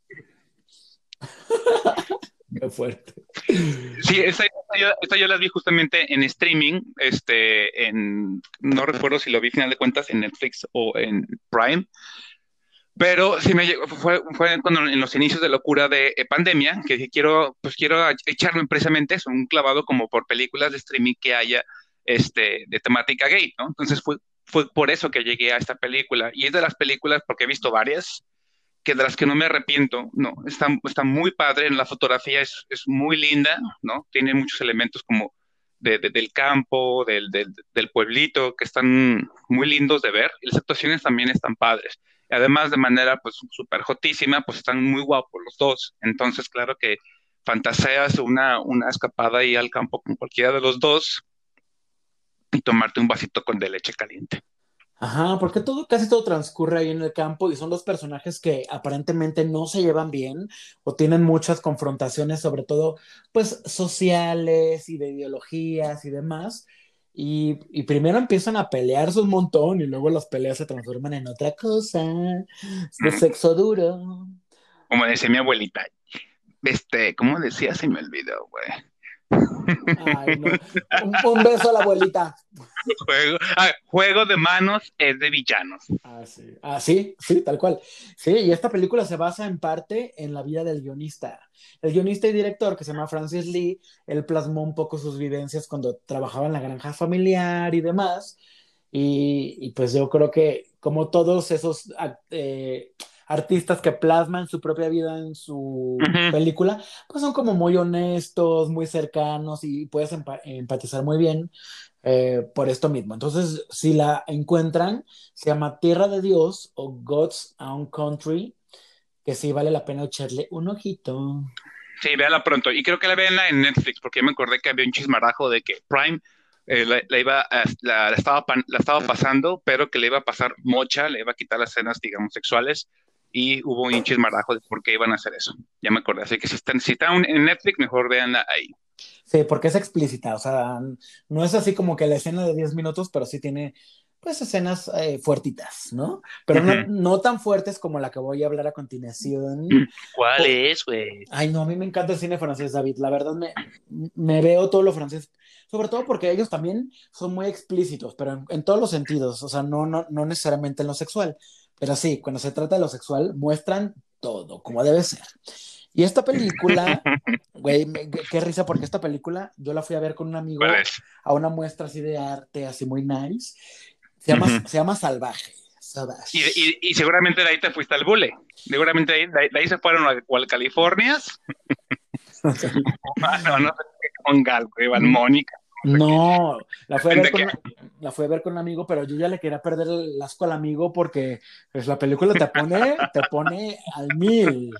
Qué fuerte. Sí, esta, esta yo, esta yo las vi justamente en streaming, este, en, no recuerdo si lo vi final de cuentas en Netflix o en Prime, pero sí me llegó, fue, fue cuando en los inicios de locura de eh, pandemia, que dije, quiero, pues quiero echarme precisamente eso, un clavado como por películas de streaming que haya, este, de temática gay, ¿no? Entonces fue, fue por eso que llegué a esta película, y es de las películas, porque he visto varias, que de las que no me arrepiento, no, está, está muy padre, la fotografía es, es muy linda, ¿no? Tiene muchos elementos como de, de- del campo, del, del, del pueblito, que están muy lindos de ver, y las actuaciones también están padres. Y además, de manera, pues, súper jotísima, pues están muy guapos los dos. Entonces, claro que fantaseas una, una escapada ahí al campo con cualquiera de los dos y tomarte un vasito con de leche caliente. Ajá, porque todo, casi todo transcurre ahí en el campo y son dos personajes que aparentemente no se llevan bien o tienen muchas confrontaciones, sobre todo, pues, sociales y de ideologías y demás. Y, y primero empiezan a pelearse un montón y luego las peleas se transforman en otra cosa, de Mm, sexo duro. Como decía mi abuelita, este, ¿cómo decía? Se me olvidó, güey. Ay, no. Un, un beso a la abuelita. Juego, ah, juego de manos es de villanos. Ah, sí. Ah, sí, sí, tal cual. Sí, y esta película se basa en parte en la vida del guionista. El guionista y director, que se llama Francis Lee, él plasmó un poco sus vivencias cuando trabajaba en la granja familiar y demás. Y, y pues yo creo que como todos esos ac- eh, artistas que plasman su propia vida en su Ujú. película, pues son como muy honestos, muy cercanos y puedes empa- empatizar muy bien eh, por esto mismo. Entonces, si la encuentran, se llama Tierra de Dios o God's Own Country, que sí vale la pena echarle un ojito. Sí, véala pronto. Y creo que la véanla en Netflix, porque ya me acordé que había un chismarajo de que Prime eh, la, la iba a- la, la estaba, pan- la estaba pasando, pero que le iba a pasar mocha, le iba a quitar las escenas, digamos, sexuales. Y hubo un chismarajo de por qué iban a hacer eso. Ya me acordé. Así que si están, si están en Netflix, mejor véanla ahí. Sí, porque es explícita, o sea, no es así como que la escena de diez minutos, pero sí tiene, pues, escenas eh, fuertitas, ¿no? Pero no, Ujú. no tan fuertes como la que voy a hablar a continuación. ¿Cuál Po- es, güey? Ay, no, a mí me encanta el cine francés, David. La verdad, me, me veo todo lo francés. Sobre todo porque ellos también son muy explícitos, pero en, en todos los sentidos. O sea, no, no, no necesariamente en lo sexual. Pero sí, cuando se trata de lo sexual, muestran todo, como debe ser. Y esta película, güey, me- qué, qué risa, porque esta película yo la fui a ver con un ¿Cuál amigo es? a una muestra así de arte, así muy nice. Se llama, Ujú. se llama Salvaje. Y, Savage. y, y seguramente de ahí te fuiste al bule. Seguramente de ahí, de ahí, de ahí se fueron a, o al California. No, no sé qué con Gal, güey, Val Mónica, no sé qué. No, la fui a ver Depende qué. con, la fui a ver con un amigo, pero yo ya le quería perder el asco al amigo porque pues, la película te pone, te pone al mil.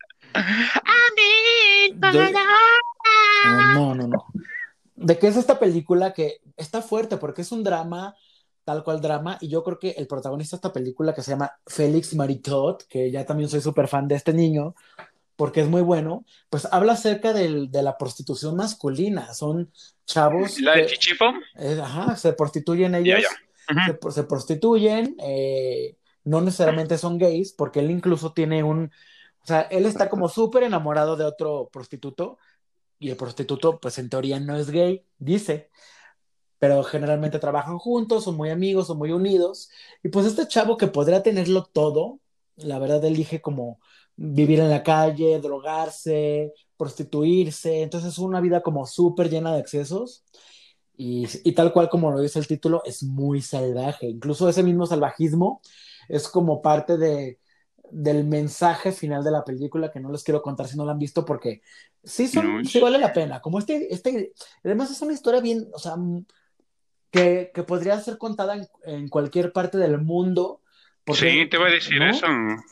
Amén, De- palabra. no, no, no, no. ¿De qué es esta película que está fuerte? Porque es un drama, tal cual drama, y yo creo que el protagonista de esta película que se llama Félix Maritot, que ya también soy súper fan de este niño, porque es muy bueno, pues habla acerca del- de la prostitución masculina. Son chavos La de que Chichifo, eh, ajá, se prostituyen ya, ya. ellos, Ujú. se, se prostituyen, eh, no necesariamente son gays, porque él incluso tiene un, o sea, él está como súper enamorado de otro prostituto, y el prostituto, pues en teoría no es gay, dice, pero generalmente trabajan juntos, son muy amigos, son muy unidos, y pues este chavo que podría tenerlo todo, la verdad elige como vivir en la calle, drogarse, prostituirse, entonces es una vida como súper llena de excesos y, y tal cual como lo dice el título, es muy salvaje. Incluso ese mismo salvajismo es como parte de, del mensaje final de la película que no les quiero contar si no la han visto porque sí, son, No, sí vale la pena. Como este, este, además es una historia bien, o sea, que, que podría ser contada en, en cualquier parte del mundo, porque, Sí, te voy a decir eso. ¿no?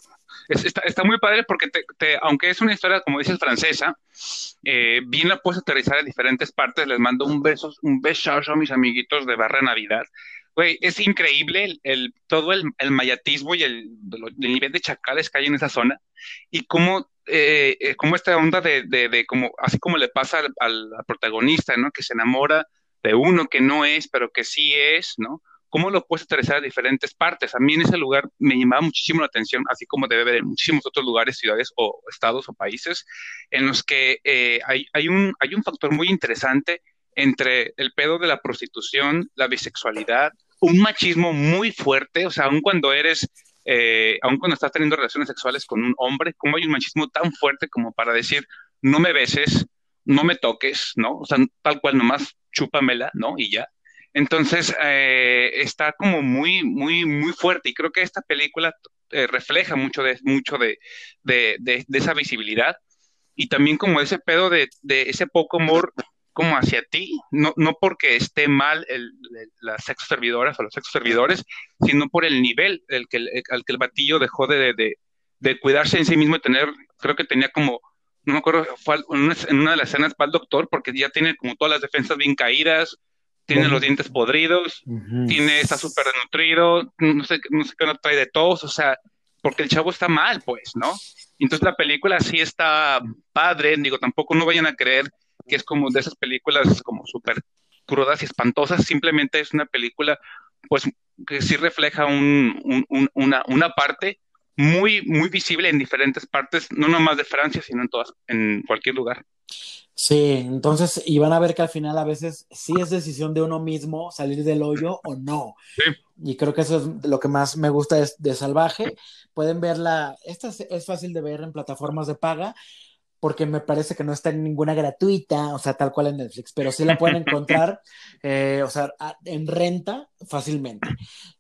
Es- está, está muy padre porque, te, te- aunque es una historia, como dices, francesa, eh, bien la puedes aterrizar en diferentes partes. Les mando un beso, un besazo a mis amiguitos de Barra Navidad. Güey, es increíble el, el- todo el, el mayatismo y el, de lo- el nivel de chacales que hay en esa zona y cómo, eh, eh, cómo esta onda de, de, de como, así como le pasa al, al- al protagonista, ¿no? Que se enamora de uno que no es, pero que sí es, ¿no? ¿Cómo lo puedes aterrizar a diferentes partes? A mí en ese lugar me llamaba muchísimo la atención, así como debe haber en muchísimos otros lugares, ciudades o estados o países, en los que eh, hay, hay un, hay un factor muy interesante entre el pedo de la prostitución, la bisexualidad, un machismo muy fuerte, o sea, aun cuando eres, eh, aun cuando estás teniendo relaciones sexuales con un hombre, ¿cómo hay un machismo tan fuerte como para decir, no me beses, no me toques, ¿no? O sea, tal cual nomás chúpamela, ¿no? Y ya. Entonces, eh, está como muy, muy, muy fuerte y creo que esta película eh, refleja mucho de, mucho de, de, de, de esa visibilidad y también como ese pedo de, de ese poco amor como hacia ti, no, no porque esté mal el, el- las sexo servidoras o los sexo servidores, sino por el nivel el que, el, al que el batillo dejó de, de, de cuidarse en sí mismo y tener, creo que tenía como, no me acuerdo, fue en una, en una de las escenas para el doctor, porque ya tiene como todas las defensas bien caídas, tiene los Vom- dientes podridos, Ujú. tiene, está súper desnutrido, no sé, no sé qué no trae de tos, o sea, porque el chavo está mal, pues, ¿no? Entonces la película sí está padre, digo, tampoco no vayan a creer que es como de esas películas como súper crudas y espantosas, simplemente es una película, pues, que sí refleja un, un- un- una, una parte muy, muy visible en diferentes partes, no nomás de Francia, sino en todas, en cualquier lugar. Sí, entonces, y van a ver que al final a veces sí es decisión de uno mismo salir del hoyo o no. Sí. Y creo que eso es lo que más me gusta de, de Salvaje. Pueden verla, esta es, es fácil de ver en plataformas de paga, porque me parece que no está en ninguna gratuita, o sea, tal cual en Netflix, pero sí la pueden encontrar, eh, o sea, a- en renta fácilmente.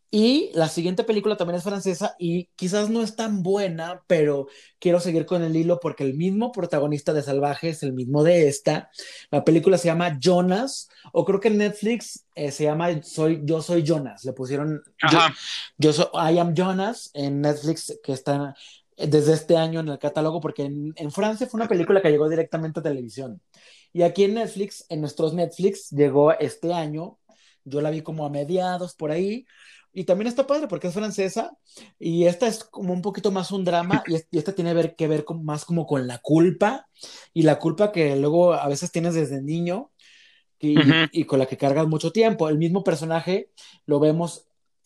Y la siguiente película también es francesa y quizás no es tan buena, pero quiero seguir con el hilo porque el mismo protagonista de Salvaje es el mismo de esta. La película se llama Jonas, o creo que en Netflix eh, se llama Soy, Yo Soy Jonas. Le pusieron yo, Ajá. yo soy I Am Jonas en Netflix, que está desde este año en el catálogo, porque en, en Francia fue una película que llegó directamente a televisión. Y aquí en Netflix, en nuestros Netflix, llegó este año. Yo la vi como a mediados por ahí y también está padre porque es francesa y esta es como un poquito más un drama y, es- y esta tiene ver, que ver con, más como con la culpa y la culpa que luego a veces tienes desde niño y, Ujú. y con la que cargas mucho tiempo. El mismo personaje lo vemos,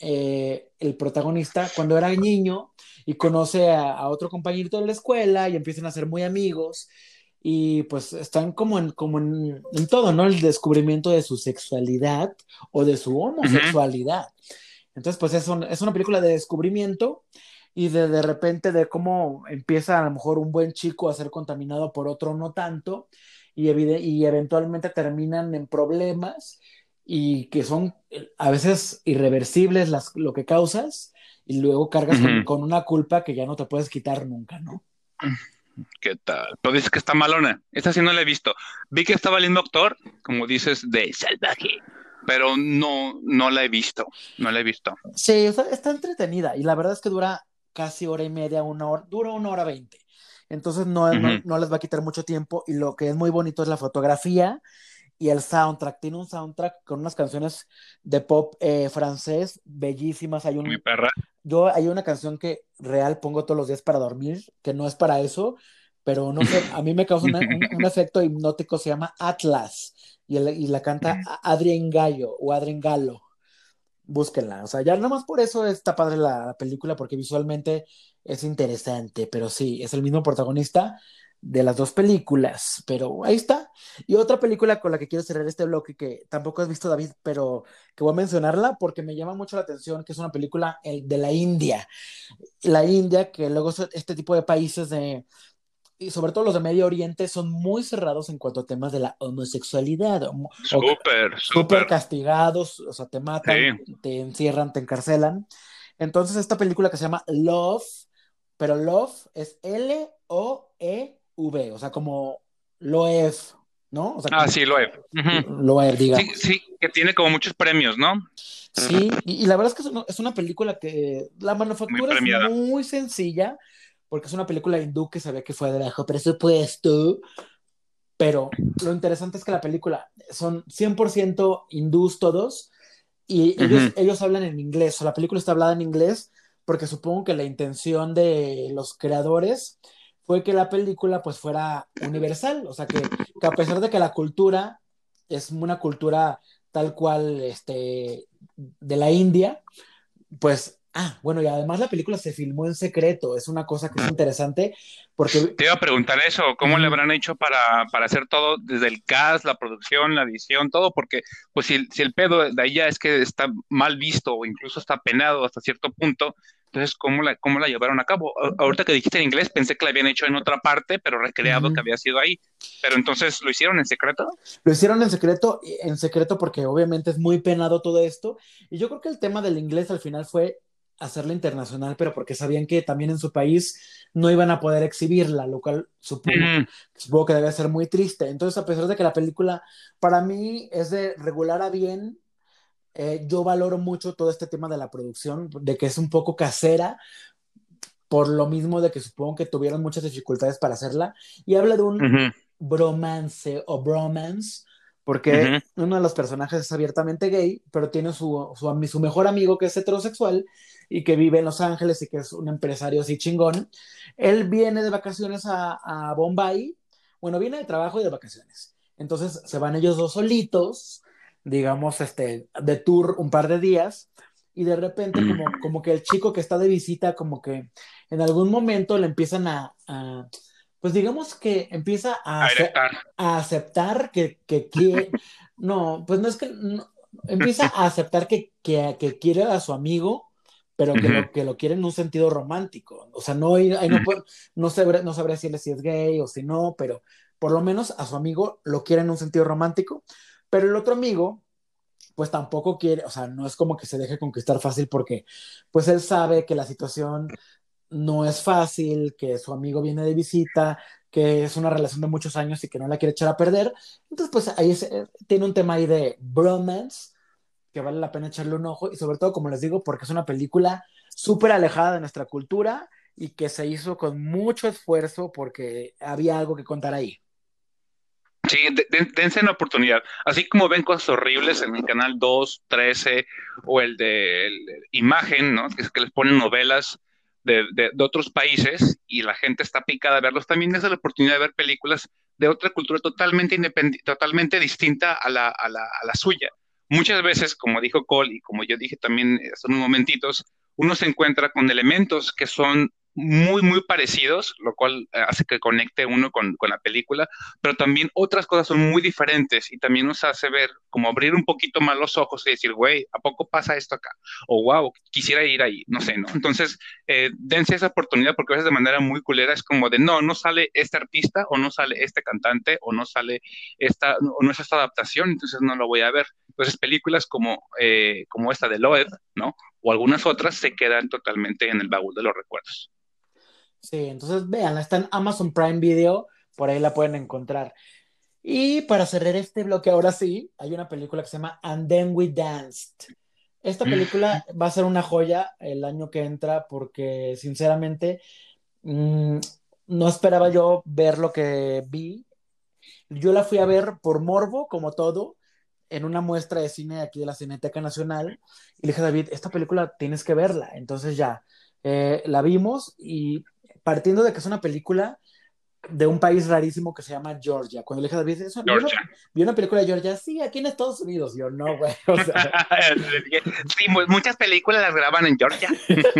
eh, el protagonista, cuando era niño y conoce a, a otro compañerito de la escuela y empiezan a ser muy amigos y pues están como en, como en, en todo, ¿no? El descubrimiento de su sexualidad o de su Ujú. homosexualidad. Entonces, pues es, un- es una película de descubrimiento y de, de repente de cómo empieza a lo mejor un buen chico a ser contaminado por otro no tanto y, evide- y eventualmente terminan en problemas y que son eh, a veces irreversibles las, lo que causas y luego cargas con, Ujú. con una culpa que ya no te puedes quitar nunca, ¿no? ¿Qué tal? Pero dices que está malona. Esta sí no la he visto. Vi que estaba lindo actor, como dices, de salvaje, pero no, no la he visto. No la he visto. Sí, o sea, está entretenida y la verdad es que dura casi hora y media, una hora, dura una hora veinte. Entonces no, no, Ujú. no les va a quitar mucho tiempo y lo que es muy bonito es la fotografía y el soundtrack. Tiene un soundtrack con unas canciones de pop eh, francés bellísimas. Hay Mi un, perra. yo hay una canción que real pongo todos los días para dormir, que no es para eso, pero no sé, a mí me causa una- un, un efecto hipnótico, se llama Atlas y, el- y la canta Adrien Gallo o Adrien Gallo. Búsquenla, o sea, ya nada más por eso está padre la, la película, porque visualmente es interesante, pero sí, es el mismo protagonista de las dos películas, pero ahí está. Y otra película con la que quiero cerrar este bloque, que tampoco has visto, David, pero que voy a mencionarla porque me llama mucho la atención, que es una película el, de la India. La India, que luego son este tipo de países de, y sobre todo los de Medio Oriente, son muy cerrados en cuanto a temas de la homosexualidad, o, o Súper, súper súper. castigados, o sea, te matan, Sí. te encierran, te encarcelan. Entonces, esta película que se llama Love, pero Love es L O E V, o sea, como Loef, ¿no? O sea, Ah, como sí, lo es. Ujú. lo va a ver, Sí, digamos. sí, que tiene como muchos premios, ¿no? Sí, y, y la verdad es que es una, es una película que la Muy manufactura es premiada. muy sencilla, porque es una película hindú que sabía que fue de bajo presupuesto, pero lo interesante es que la película son cien por ciento hindús todos, y ellos, Ujú. ellos hablan en inglés, o la película está hablada en inglés, porque supongo que la intención de los creadores fue que la película pues fuera universal, o sea, que, que a pesar de que la cultura es una cultura tal cual este, de la India, pues, ah, bueno, y además la película se filmó en secreto, es una cosa que es interesante, porque Te iba a preguntar eso, ¿cómo le uh, habrán hecho para, para hacer todo, desde el cast, la producción, la edición, todo? Porque, pues, si, el- si el pedo de ahí ya es que está mal visto o incluso está penado hasta cierto punto, entonces, ¿cómo la, cómo la llevaron a cabo? A- ahorita que dijiste en inglés, pensé que la habían hecho en otra parte, pero recreado que uh, había sido ahí. Pero entonces, ¿lo hicieron en secreto? lo hicieron en secreto, en secreto porque obviamente es muy penado todo esto. Y yo creo que el tema del inglés al final fue hacerla internacional, pero porque sabían que también en su país no iban a poder exhibirla, lo cual supongo, Mm, supongo que debe ser muy triste. Entonces, a pesar de que la película para mí es de regular a bien, eh, yo valoro mucho todo este tema de la producción, de que es un poco casera, por lo mismo de que supongo que tuvieron muchas dificultades para hacerla, y habla de un ujú, bromance o bromance, porque ujú, uno de los personajes es abiertamente gay, pero tiene su, su, ami- su mejor amigo que es heterosexual y que vive en Los Ángeles y que es un empresario así chingón. Él viene de vacaciones a, a Bombay, bueno, viene de trabajo y de vacaciones. Entonces se van ellos dos solitos, digamos, este, de tour un par de días, y de repente como, como que el chico que está de visita, como que en algún momento le empiezan a, a pues digamos que empieza a, a ace- erectar. a aceptar que, que quiere, no, pues no es que, no, empieza a aceptar que, que, que quiere a su amigo, pero que Ujú, lo, que lo quiere en un sentido romántico. O sea, no, ahí no, ujú, puedo- no, sabré, no sabré decirle si es gay o si no, pero por lo menos a su amigo lo quiere en un sentido romántico, pero el otro amigo pues tampoco quiere, o sea, no es como que se deje conquistar fácil porque pues él sabe que la situación no es fácil, que su amigo viene de visita, que es una relación de muchos años y que no la quiere echar a perder. Entonces, pues ahí es, eh, tiene un tema ahí de bromance que vale la pena echarle un ojo y sobre todo, como les digo, porque es una película súper alejada de nuestra cultura y que se hizo con mucho esfuerzo porque había algo que contar ahí. sí, de- de- dense una oportunidad. Así como ven cosas horribles en el canal dos, trece o el de el de Imagen, ¿no? Que es que les ponen novelas de, de- de otros países y la gente está picada a verlos, también dense la oportunidad de ver películas de otra cultura totalmente independi- totalmente distinta a la, a la, a la suya. Muchas veces, como dijo Cole y como yo dije también hace unos momentitos, uno se encuentra con elementos que son muy, muy parecidos, lo cual eh, hace que conecte uno con, con la película, pero también otras cosas son muy diferentes y también nos hace ver, como abrir un poquito más los ojos y decir, güey, ¿a poco pasa esto acá? O wow, quisiera ir ahí, no sé, ¿no? Entonces, eh, dense esa oportunidad porque a veces de manera muy culera es como de, no, no sale este artista o no sale este cantante o no sale esta, o no es esta adaptación, entonces no lo voy a ver. Entonces, películas como, eh, como esta de Loed, ¿no? O algunas otras se quedan totalmente en el baúl de los recuerdos. Sí, entonces véanla, está en Amazon Prime Video, por ahí la pueden encontrar. Y para cerrar este bloque, ahora sí, hay una película que se llama And Then We Danced. Esta película va a ser una joya el año que entra porque sinceramente mmm, no esperaba yo ver lo que vi. Yo la fui a ver por morbo, como todo, en una muestra de cine aquí de la Cineteca Nacional. Y le dije a David, esta película tienes que verla. Entonces ya, eh, la vimos y partiendo de que es una película de un país rarísimo que se llama Georgia. Cuando le dije a David, ¿eso, ¿vi, una, Georgia. ¿vi una película de Georgia? Sí, aquí en Estados Unidos. Yo, no, güey, o sea. Le dije, sí, mu- muchas películas las graban en Georgia.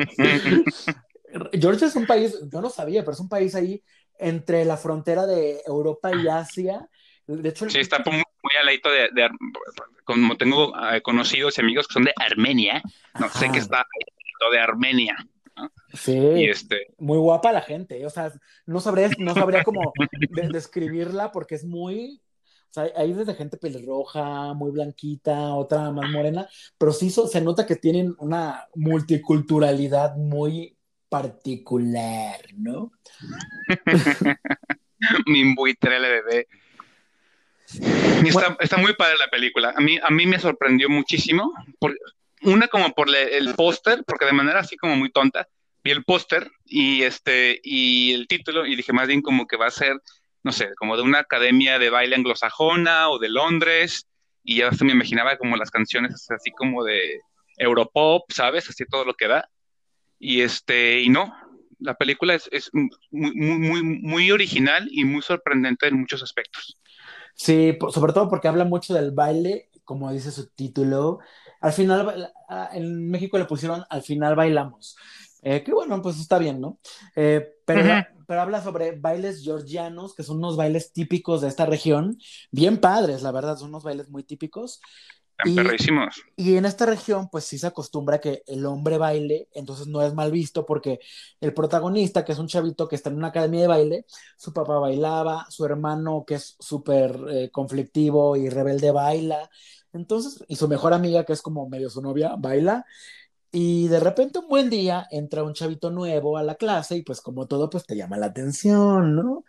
Georgia es un país, yo no sabía, pero es un país ahí entre la frontera de Europa y Asia. De hecho, Sí, está muy, muy al ladito de, de Ar- como tengo eh, conocidos y amigos que son de Armenia, no, sé que ajá, está al ladito de Armenia, ¿no? Y sí, este, muy guapa la gente. O sea, no sabría, no sabría cómo de- describirla porque es muy, o sea, hay desde gente pelirroja, muy blanquita, otra más morena, pero sí so- se nota que tienen una multiculturalidad muy particular, ¿no? mi buitre L B B. Y Bueno, está, está muy padre la película. A mí, a mí me sorprendió muchísimo. Por, una como por le- el póster, porque de manera así como muy tonta, vi el póster y este y el título y dije más bien como que va a ser, no sé, como de una academia de baile anglosajona o de Londres y ya hasta me imaginaba como las canciones así como de Europop, ¿sabes? Así todo lo que da. Y este y no, la película es, es muy, muy, muy, muy original y muy sorprendente en muchos aspectos. sí, po- sobre todo porque habla mucho del baile, como dice su título. Al final, ba- a- en México le pusieron Al final bailamos. Eh, que bueno, pues está bien, ¿no? Eh, pero, Ujú. la- pero habla sobre bailes georgianos, que son unos bailes típicos de esta región, bien padres, la verdad, son unos bailes muy típicos. Están Y, perrísimos. y en esta región, pues sí se acostumbra que el hombre baile, entonces no es mal visto porque el protagonista, que es un chavito que está en una academia de baile, su papá bailaba, su hermano, que es súper eh, conflictivo y rebelde, baila, entonces, y su mejor amiga, que es como medio su novia, baila, y de repente un buen día entra un chavito nuevo a la clase y pues como todo, pues te llama la atención, ¿no?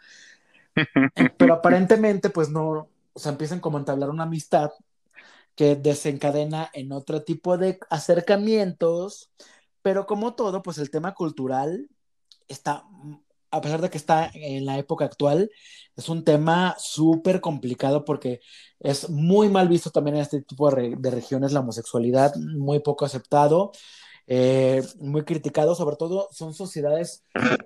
Eh, Pero aparentemente, pues no, o sea, empiezan como a entablar una amistad que desencadena en otro tipo de acercamientos, pero como todo, pues el tema cultural está, a pesar de que está en la época actual, es un tema súper complicado porque es muy mal visto también en este tipo de, re- de regiones la homosexualidad, muy poco aceptado, eh, muy criticado, sobre todo son sociedades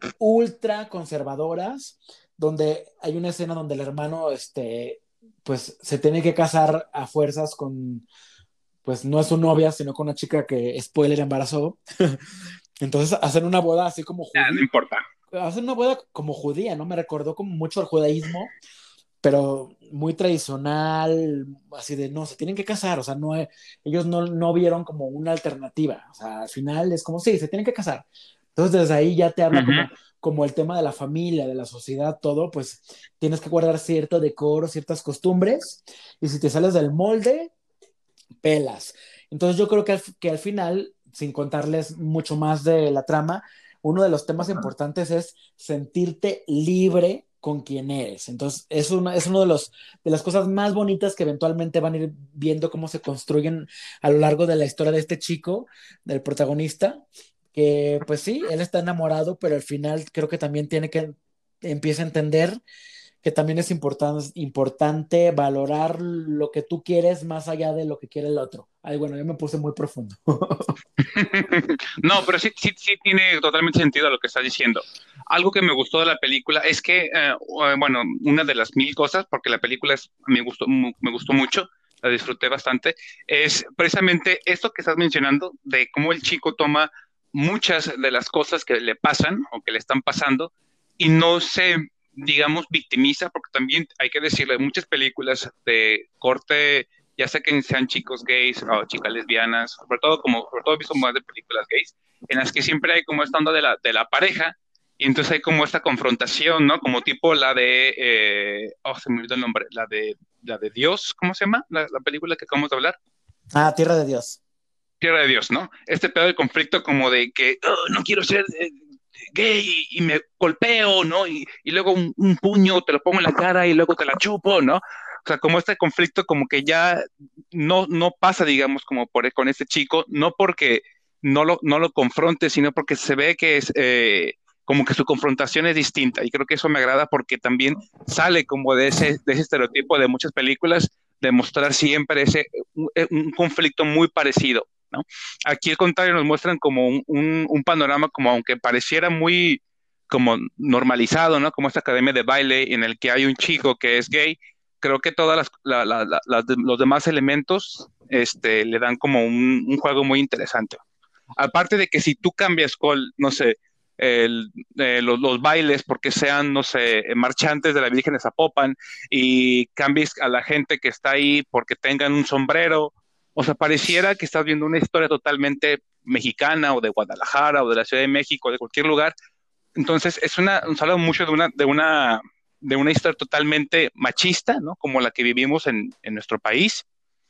ultra conservadoras, donde hay una escena donde el hermano, este, pues se tiene que casar a fuerzas con, pues no es su novia, sino con una chica que, spoiler, embarazó. Entonces hacen una boda así como Ah, no judía, importa. hacen una boda como judía, ¿no? Me recordó como mucho al judaísmo, pero muy tradicional, así de, no, se tienen que casar, o sea, no, ellos no, no vieron como una alternativa, o sea, al final es como, sí, se tienen que casar. Entonces desde ahí ya te habla Ujú. como, como el tema de la familia, de la sociedad, todo, pues tienes que guardar cierto decoro, ciertas costumbres, y si te sales del molde, pelas. Entonces yo creo que al, que al final, sin contarles mucho más de la trama, uno de los temas importantes es sentirte libre con quien eres. Entonces es, una, es uno de, los, de las cosas más bonitas que eventualmente van a ir viendo cómo se construyen a lo largo de la historia de este chico, del protagonista, que pues sí, él está enamorado, pero al final creo que también tiene que, empieza a entender que también es importante, importante valorar lo que tú quieres más allá de lo que quiere el otro. Ay, bueno, yo me puse muy profundo. No, pero sí, sí, sí tiene totalmente sentido lo que estás diciendo. Algo que me gustó de la película es que, eh, eh, bueno, una de las mil cosas, porque la película es, me gustó, mu- me gustó mucho, la disfruté bastante, es precisamente esto que estás mencionando, de cómo el chico toma muchas de las cosas que le pasan o que le están pasando y no se, digamos, victimiza, porque también hay que decirle, muchas películas de corte ya sea que sean chicos gays o chicas lesbianas, sobre todo como, sobre todo he visto más de películas gays, en las que siempre hay como esta onda de la, de la pareja, y entonces hay como esta confrontación, ¿no? Como tipo la de, eh, oh, se me olvidó el nombre, la de, la de Dios, ¿cómo se llama? La, la película que acabamos de hablar. Ah, Tierra de Dios. Tierra de Dios, ¿no? Este pedo de conflicto como de que oh, no quiero ser eh, gay y me golpeo, ¿no? Y, y luego un, un, puño te lo pongo en la cara y luego te la chupo, ¿no? O sea, como este conflicto como que ya no, no pasa, digamos, como por, con este chico, no porque no lo, no lo confronte, sino porque se ve que es eh, como que su confrontación es distinta. Y creo que eso me agrada porque también sale como de ese, de ese estereotipo de muchas películas, de mostrar siempre ese, un, un conflicto muy parecido, ¿no? Aquí al contrario nos muestran como un, un, un, panorama como aunque pareciera muy como normalizado, ¿no? Como esta academia de baile en el que hay un chico que es gay, creo que todos la, la, la, los demás elementos este, le dan como un, un, juego muy interesante. Aparte de que si tú cambias con, no sé, el, eh, los, los, bailes porque sean, no sé, marchantes de la Virgen de Zapopan y cambies a la gente que está ahí porque tengan un sombrero, o sea, pareciera que estás viendo una historia totalmente mexicana o de Guadalajara o de la Ciudad de México, de cualquier lugar. Entonces, es una, nos habla mucho de una, de una, de una historia totalmente machista, ¿no? Como la que vivimos en, en nuestro país,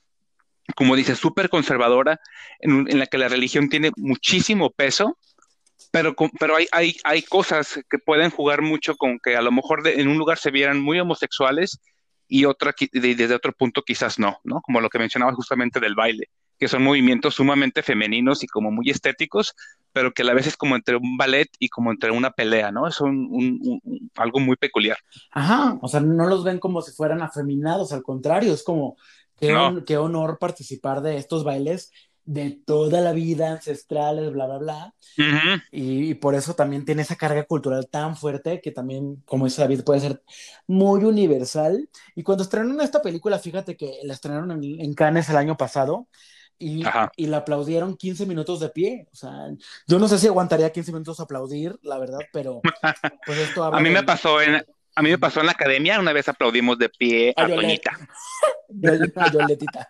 como dice, súper conservadora, en, en, la que la religión tiene muchísimo peso, pero, pero hay, hay, hay cosas que pueden jugar mucho con que a lo mejor de, en un lugar se vieran muy homosexuales y otra qui- de- desde otro punto quizás no, ¿no? Como lo que mencionabas justamente del baile, que son movimientos sumamente femeninos y como muy estéticos, pero que a la vez es como entre un ballet y como entre una pelea, ¿no? Es un, un- un- un- algo muy peculiar. Ajá, o sea, no los ven como si fueran afeminados, al contrario, es como qué, No. hon- qué honor participar de estos bailes de toda la vida, ancestrales, bla, bla, bla. Ujú. Y, y por eso también tiene esa carga cultural tan fuerte que también, como dice David, puede ser muy universal. Y cuando estrenaron esta película, fíjate que la estrenaron en, en Cannes el año pasado y, Ajá. y la aplaudieron quince minutos de pie. O sea, yo no sé si aguantaría quince minutos aplaudir, la verdad, pero pues esto A habla mí me del... pasó en, a mí me pasó en la academia, una vez aplaudimos de pie A a Yolette, Toñita. Yol- a Yoletita.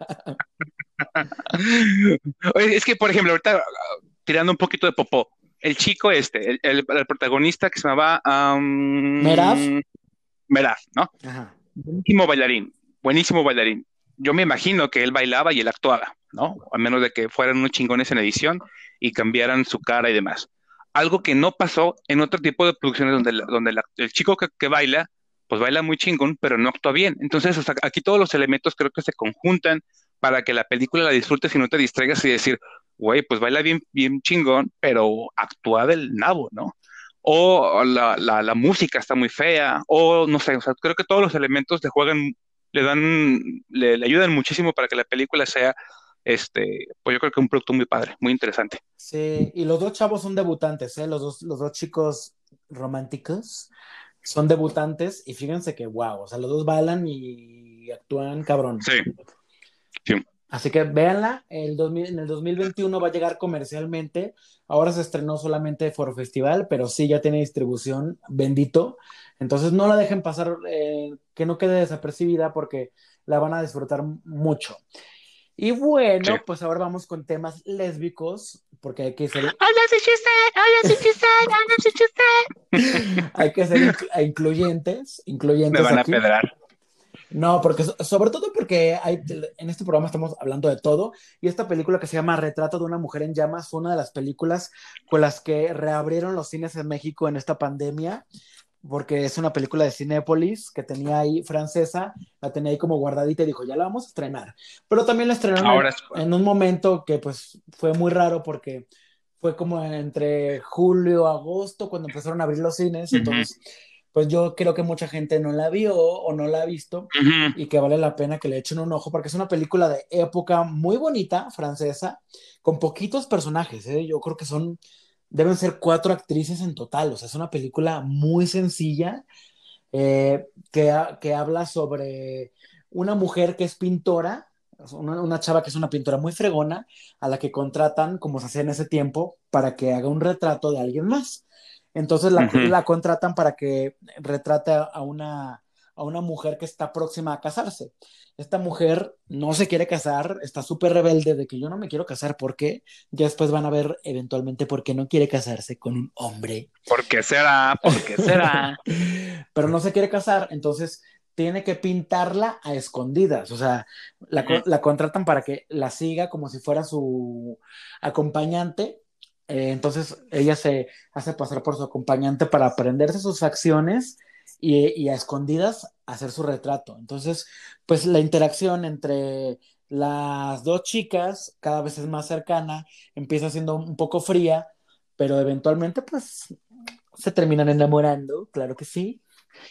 Oye, es que, por ejemplo, ahorita ah, tirando un poquito de popó, el chico este, el, el- el protagonista que se llamaba Meraf, um, Meraf, ¿no? ajá. Buenísimo bailarín, buenísimo bailarín. Yo me imagino que él bailaba y él actuaba, ¿no? A menos de que fueran unos chingones en edición y cambiaran su cara y demás. Algo que no pasó en otro tipo de producciones donde, la- donde la- el chico que, que baila, pues baila muy chingón, pero no actúa bien. Entonces, o sea, aquí todos los elementos creo que se conjuntan para que la película la disfrutes y no te distraigas y decir, güey, pues baila bien, bien chingón, pero actúa del nabo, ¿no? O la, la, la música está muy fea, o no sé, o sea, creo que todos los elementos le juegan, le dan, le, le ayudan muchísimo para que la película sea, este, pues yo creo que un producto muy padre, muy interesante. Sí, y los dos chavos son debutantes, ¿eh? Los dos, los dos chicos románticos son debutantes y fíjense que, wow, o sea, los dos bailan y actúan cabrón. Sí, sí. Así que véanla, el dos mil en el dos mil veintiuno va a llegar comercialmente. Ahora se estrenó solamente por festival, pero sí ya tiene distribución, bendito. Entonces no la dejen pasar, eh, que no quede desapercibida porque la van a disfrutar mucho. Y Sí. bueno, pues ahora vamos con temas lésbicos, porque hay que ser, Hola, soy Chester, hola, soy Chester, hola, soy Chester. hay que ser inclu- incluyentes, Me incluyentes van a aquí. pedrar. No, porque so- sobre todo porque hay, en este programa estamos hablando de todo y esta película que se llama Retrato de una mujer en llamas fue una de las películas con las que reabrieron los cines en México en esta pandemia, porque es una película de Cinépolis que tenía ahí francesa, la tenía ahí como guardadita y dijo, ya la vamos a estrenar. Pero también la estrenaron en, Ahora es, en un momento que pues fue muy raro porque fue como entre julio, agosto, cuando empezaron a abrir los cines, ujú, entonces pues yo creo que mucha gente no la vio o no la ha visto ujú. y que vale la pena que le echen un ojo porque es una película de época muy bonita, francesa, con poquitos personajes, ¿eh? Yo creo que son, deben ser cuatro actrices en total, o sea, es una película muy sencilla eh, que, ha- que habla sobre una mujer que es pintora, una, una chava que es una pintora muy fregona, a la que contratan, como se hacía en ese tiempo, para que haga un retrato de alguien más. Entonces la, Ujú. la contratan para que retrate a una, a una mujer que está próxima a casarse. Esta mujer no se quiere casar, está súper rebelde de que yo no me quiero casar, ¿por qué? Ya después van a ver eventualmente por qué no quiere casarse con un hombre. ¿Por qué será? ¿Por qué será? Pero no se quiere casar, entonces tiene que pintarla a escondidas, o sea, la, Ujú, la contratan para que la siga como si fuera su acompañante, eh, entonces ella se hace pasar por su acompañante para aprenderse sus facciones y, y a escondidas hacer su retrato. Entonces, pues la interacción entre las dos chicas cada vez es más cercana, empieza siendo un poco fría, pero eventualmente pues se terminan enamorando, claro que sí.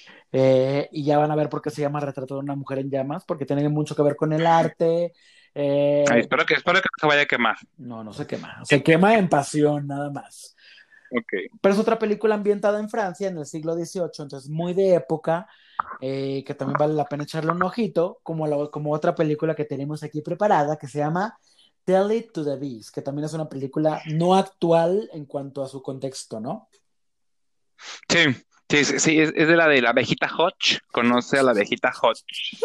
Eh, y ya van a ver por qué se llama Retrato de una mujer en llamas, porque tiene mucho que ver con el arte. Ay, Eh, espero que, espero que no se vaya a quemar. no, no se quema. Se quema en pasión, nada más. Ok. Pero es otra película ambientada en Francia en el siglo dieciocho, entonces muy de época, eh, que también vale la pena echarle un ojito, como, la, como otra película que tenemos aquí preparada, que se llama Tell It to the Beast, que también es una película no actual en cuanto a su contexto, ¿no? Sí, sí, sí, sí, es, es de la de la abejita Hodge. Conoce a la abejita Hodge.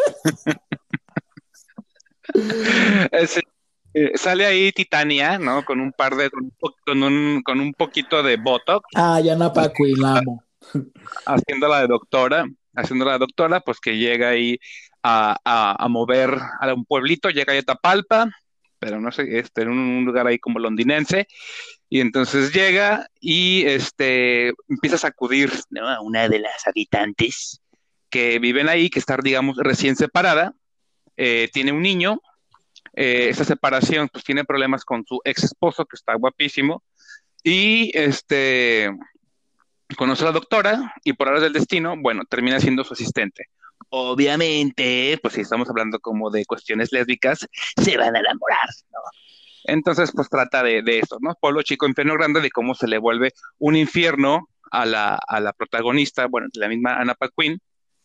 Es, eh, sale ahí Titania, ¿no? Con un par de, con un, po- con un, con un poquito de Botox, Ah, Yana Paquin, la amo. haciéndola de doctora, haciéndola de doctora, pues que llega ahí a, a, a mover a un pueblito, llega ahí a Tapalpa, pero no sé, este, en un lugar ahí como londinense, y entonces llega y este, empieza a sacudir, ¿no? A una de las habitantes que viven ahí, que está, digamos, recién separada, eh, tiene un niño, eh, esa separación pues tiene problemas con su ex esposo, que está guapísimo, y este conoce a la doctora y por horas del destino, bueno, termina siendo su asistente. Obviamente, pues si estamos hablando como de cuestiones lésbicas, se van a enamorar, ¿no? Entonces, pues trata de, de eso, ¿no? Pueblo chico, infierno grande, de cómo se le vuelve un infierno a la, a la protagonista, bueno, la misma Anna Paquin,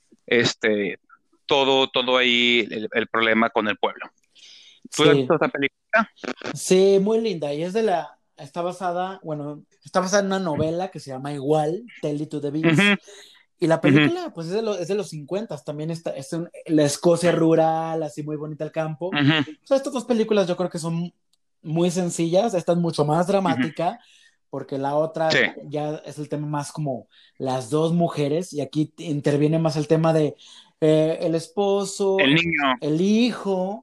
este, todo, todo ahí el, el problema con el pueblo. ¿Tú has visto Sí, esa película? sí, muy linda. Y es de la, está basada, bueno, está basada en una novela que se llama igual, Tell It to the Ujú, Beast. Y la ujú, película, pues es de, lo- es de los cincuenta, también está, es un- la Escocia rural, así muy bonita el campo. ujú, O sea, estas dos películas yo creo que son muy sencillas, esta es mucho más ujú. dramática, porque la otra Sí, ya es el tema más como las dos mujeres, y aquí interviene más el tema de eh, el esposo, el niño, el hijo,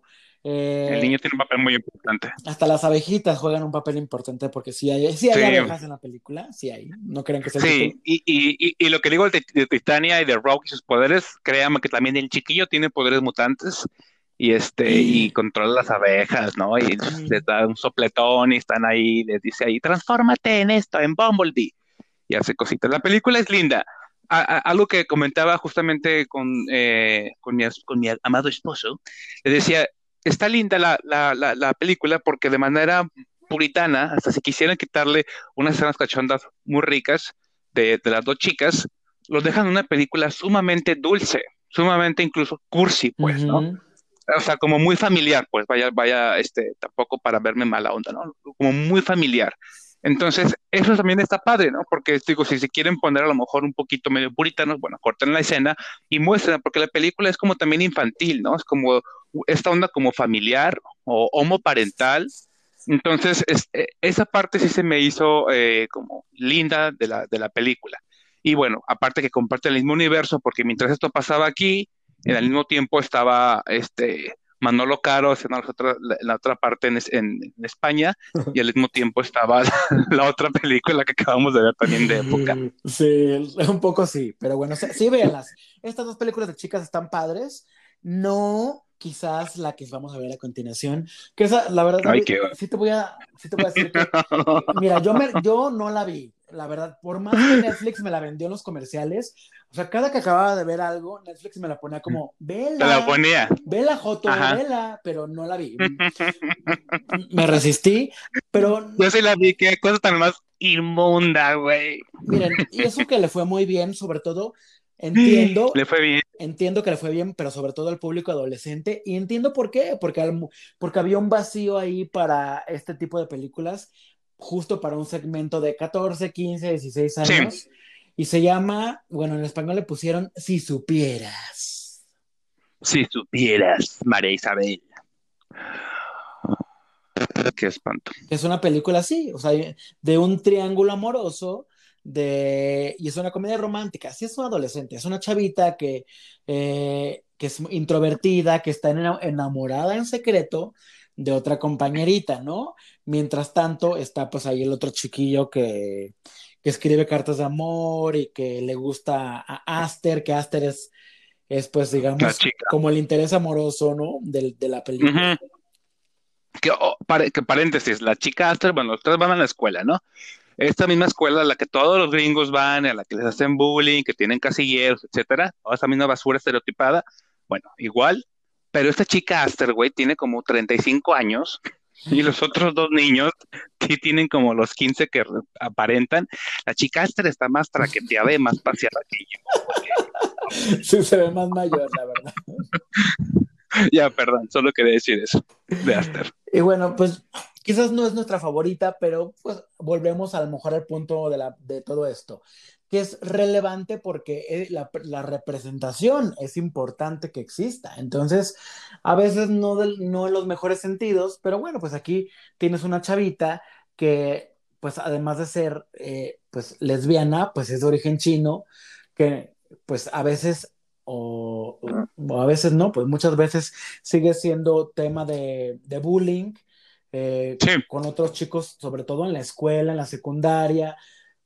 el eh, niño tiene un papel muy importante. hasta las abejitas juegan un papel importante, porque sí hay, sí hay Sí, abejas en la película, sí hay, no crean que es el sí, título. y, y, y, y lo que digo de, de Titania y de Rock y sus poderes, créame que también el chiquillo tiene poderes mutantes y este y controla las abejas, ¿no? Y les da un sopletón y están ahí, les dice ahí, transfórmate en esto, en Bumblebee, y hace cositas. La película es linda. A- a- algo que comentaba justamente con, eh, con mi, as- con mi amado esposo, le decía, está linda la, la, la, la película porque de manera puritana, hasta si quisieran quitarle unas escenas cachondas muy ricas de, de las dos chicas, los dejan en una película sumamente dulce, sumamente incluso cursi, pues, ¿no? Ujú. O sea, como muy familiar, pues, vaya, vaya, este, tampoco para verme mala onda, ¿no? Como muy familiar. Entonces, eso también está padre, ¿no? Porque, digo, si se quieren poner a lo mejor un poquito medio puritanos, bueno, corten la escena y muestren, porque la película es como también infantil, ¿no? Es como esta onda como familiar o homoparental. Entonces, es- eh, esa parte sí se me hizo eh, como linda de la, de la película. Y bueno, aparte que comparte el mismo universo, porque mientras esto pasaba aquí, en el mismo tiempo estaba este Manolo Caro en la otra, la, la otra parte en, es- en- en España, y al mismo tiempo estaba la otra película que acabamos de ver también de época. Sí, un poco sí, pero bueno, sí, sí, véanlas. Estas dos películas de chicas están padres. No, quizás la que vamos a ver a continuación, que esa, la verdad, Ay, David, qué... sí te voy a, sí te voy a decir que, que- mira, yo, me, yo no la vi, la verdad, por más que Netflix me la vendió en los comerciales, o sea, cada que acababa de ver algo, Netflix me la ponía como, Te la vela, ponía. vela, Joto, Ajá. vela, pero no la vi. Me resistí, pero Yo sí la vi, qué cosa tan más inmunda, güey. miren, y eso que le fue muy bien, sobre todo, entiendo, Le fue bien. entiendo que le fue bien, pero sobre todo al público adolescente, y entiendo por qué, porque, al- porque había un vacío ahí para este tipo de películas, justo para un segmento de catorce, quince, dieciséis Sí, años, y se llama, bueno, en español le pusieron Si supieras. si supieras, María Isabel. Qué espanto. Que es una película así, o sea, de un triángulo amoroso, de, y es una comedia romántica. Sí, es una adolescente, es una chavita que, eh, que es introvertida, que está enamorada en secreto de otra compañerita, ¿no? Mientras tanto, está pues ahí el otro chiquillo que, que escribe cartas de amor y que le gusta a Aster, que Aster es, es pues La digamos chica. como el interés amoroso, ¿no? De, de la película. Ujú. Que, oh, pare- que paréntesis, la chica Aster, bueno, los tres van a la escuela, ¿no? Esta misma escuela a la que todos los gringos van, a la que les hacen bullying, que tienen casilleros, etcétera, toda esa misma basura estereotipada, bueno, igual, pero esta chica Aster, güey, tiene como treinta y cinco años y los otros dos niños sí tienen como los quince que re- aparentan. La chica Aster está más traqueteada y más paseada que yo, güey. Sí, se ve más mayor, la verdad. Ya, perdón, solo quería decir eso de Aster. Y bueno, pues quizás no es nuestra favorita, pero pues volvemos a lo mejor al punto de, la, de todo esto, que es relevante porque eh, la, la representación es importante que exista. Entonces, a veces no, del- no en los mejores sentidos, pero bueno, pues aquí tienes una chavita que, pues además de ser eh, pues lesbiana, pues es de origen chino, que pues a veces o, o a veces no, pues muchas veces sigue siendo tema de, de bullying eh, Sí, con otros chicos, sobre todo en la escuela, en la secundaria,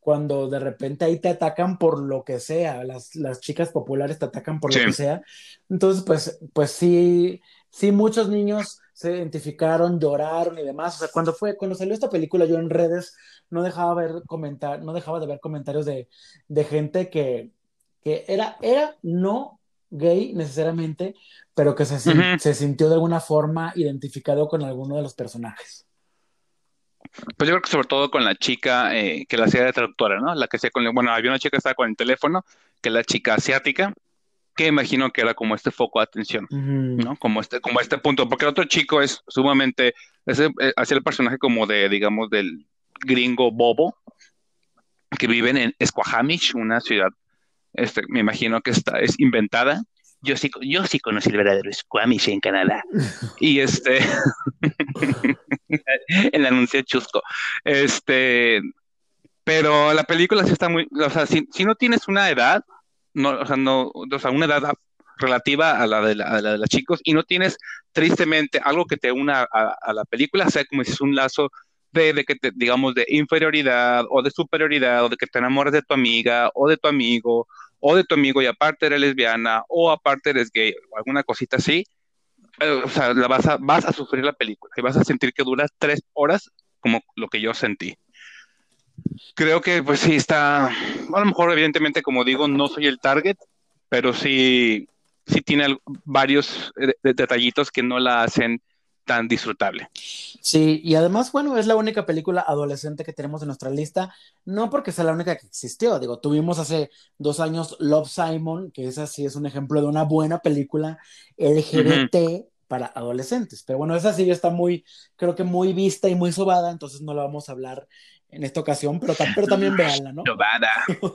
cuando de repente ahí te atacan por lo que sea, las, las chicas populares te atacan por Sí. lo que sea. Entonces, pues, pues sí, sí, muchos niños se identificaron, lloraron y demás. O sea, cuando fue, cuando salió esta película, yo en redes no dejaba ver comentar, no dejaba de ver comentarios de, de gente que, que era, era no gay necesariamente, pero que se, sin- Ujú. se sintió de alguna forma identificado con alguno de los personajes. Pues yo creo que sobre todo con la chica eh, que la hacía de traductora, ¿no? La que hacía con, bueno, había una chica que estaba con el teléfono, que es la chica asiática, que imagino que era como este foco de atención, Ujú. ¿no? Como este, como este punto, porque el otro chico es sumamente, ese, eh, hacía el personaje como de, digamos, del gringo bobo, que viven en Squamish, una ciudad, este, me imagino que está, es inventada. Yo sí, yo sí conocí el verdadero Squamish en Canadá. Y este, el anuncio chusco. Este, pero la película sí está muy, o sea, si, si no tienes una edad, no, o sea, no, o sea, una edad relativa a la de, la, a la de los chicos y no tienes tristemente algo que te una a, a la película, o sea, como si es un lazo de, de que te, digamos, de inferioridad o de superioridad o de que te enamoras de tu amiga o de tu amigo o de tu amigo y aparte eres lesbiana o aparte eres gay o alguna cosita así, eh, o sea, la vas a, vas a sufrir la película y vas a sentir que dura tres horas como lo que yo sentí. Creo que pues sí está, a lo mejor evidentemente como digo, no soy el target, pero sí, sí tiene al- varios eh, de- detallitos que no la hacen tan disfrutable. Sí, y además, bueno, es la única película adolescente que tenemos en nuestra lista, no porque sea la única que existió, digo, tuvimos hace dos años Love, Simon, que esa sí es un ejemplo de una buena película Ujú. L G B T para adolescentes, pero bueno, esa sí ya está muy, creo que muy vista y muy sobada, entonces no la vamos a hablar en esta ocasión, pero, ta- pero también véanla, ¿no? Giovanna,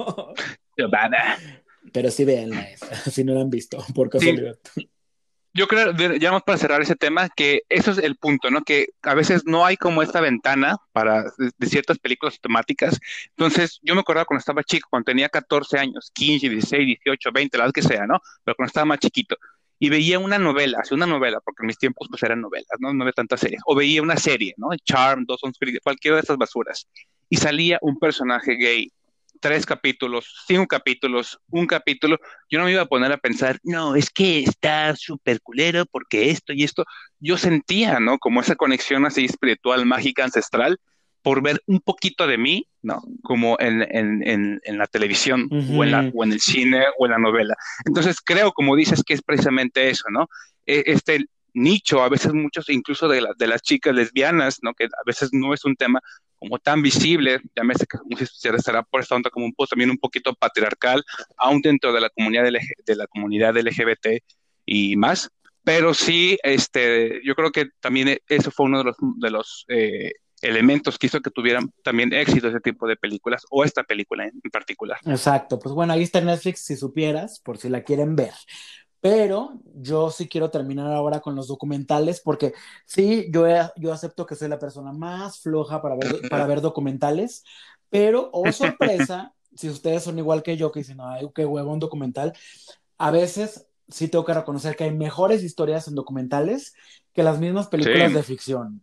Giovanna. Pero sí véanla esa, si no la han visto, por Sí, casualidad. yo creo, de- ya vamos para cerrar ese tema, que eso es el punto, ¿no? Que a veces no hay como esta ventana para de, de ciertas películas temáticas. Entonces, yo me acordaba cuando estaba chico, cuando tenía catorce años, quince, dieciséis, dieciocho, veinte, la edad que sea, ¿no? Pero cuando estaba más chiquito. Y veía una novela, hacía una novela, porque en mis tiempos pues eran novelas, ¿no? No había tantas series. O veía una serie, ¿no? Charm, Dawson's Creek, cualquiera de estas basuras. Y salía un personaje gay, tres capítulos, cinco capítulos, un capítulo, yo no me iba a poner a pensar, no, es que está súper culero porque esto y esto. Yo sentía, ¿no? Como esa conexión así espiritual, mágica, ancestral, por ver un poquito de mí, ¿no? Como en, en, en, en la televisión o en, la, Ujú. o en el cine o en la novela. Entonces creo, como dices, que es precisamente eso, ¿no? E- Este nicho, a veces muchos, incluso de, la, de las chicas lesbianas, ¿no? Que a veces no es un tema como tan visible, ya me sé que se estará por esta onda como un post también un poquito patriarcal, aún dentro de la comunidad L G de la comunidad L G B T y más, pero sí, este, yo creo que también eso fue uno de los, de los eh, elementos que hizo que tuvieran también éxito ese tipo de películas, o esta película en, en particular. Exacto, pues bueno, ahí está Netflix si supieras, por si la quieren ver. Pero yo sí quiero terminar ahora con los documentales, porque sí, yo, he- yo acepto que soy la persona más floja para ver, para ver documentales, pero, oh sorpresa, si ustedes son igual que yo, que dicen, ay, qué huevo un documental, a veces sí tengo que reconocer que hay mejores historias en documentales que las mismas Sí. películas de ficción.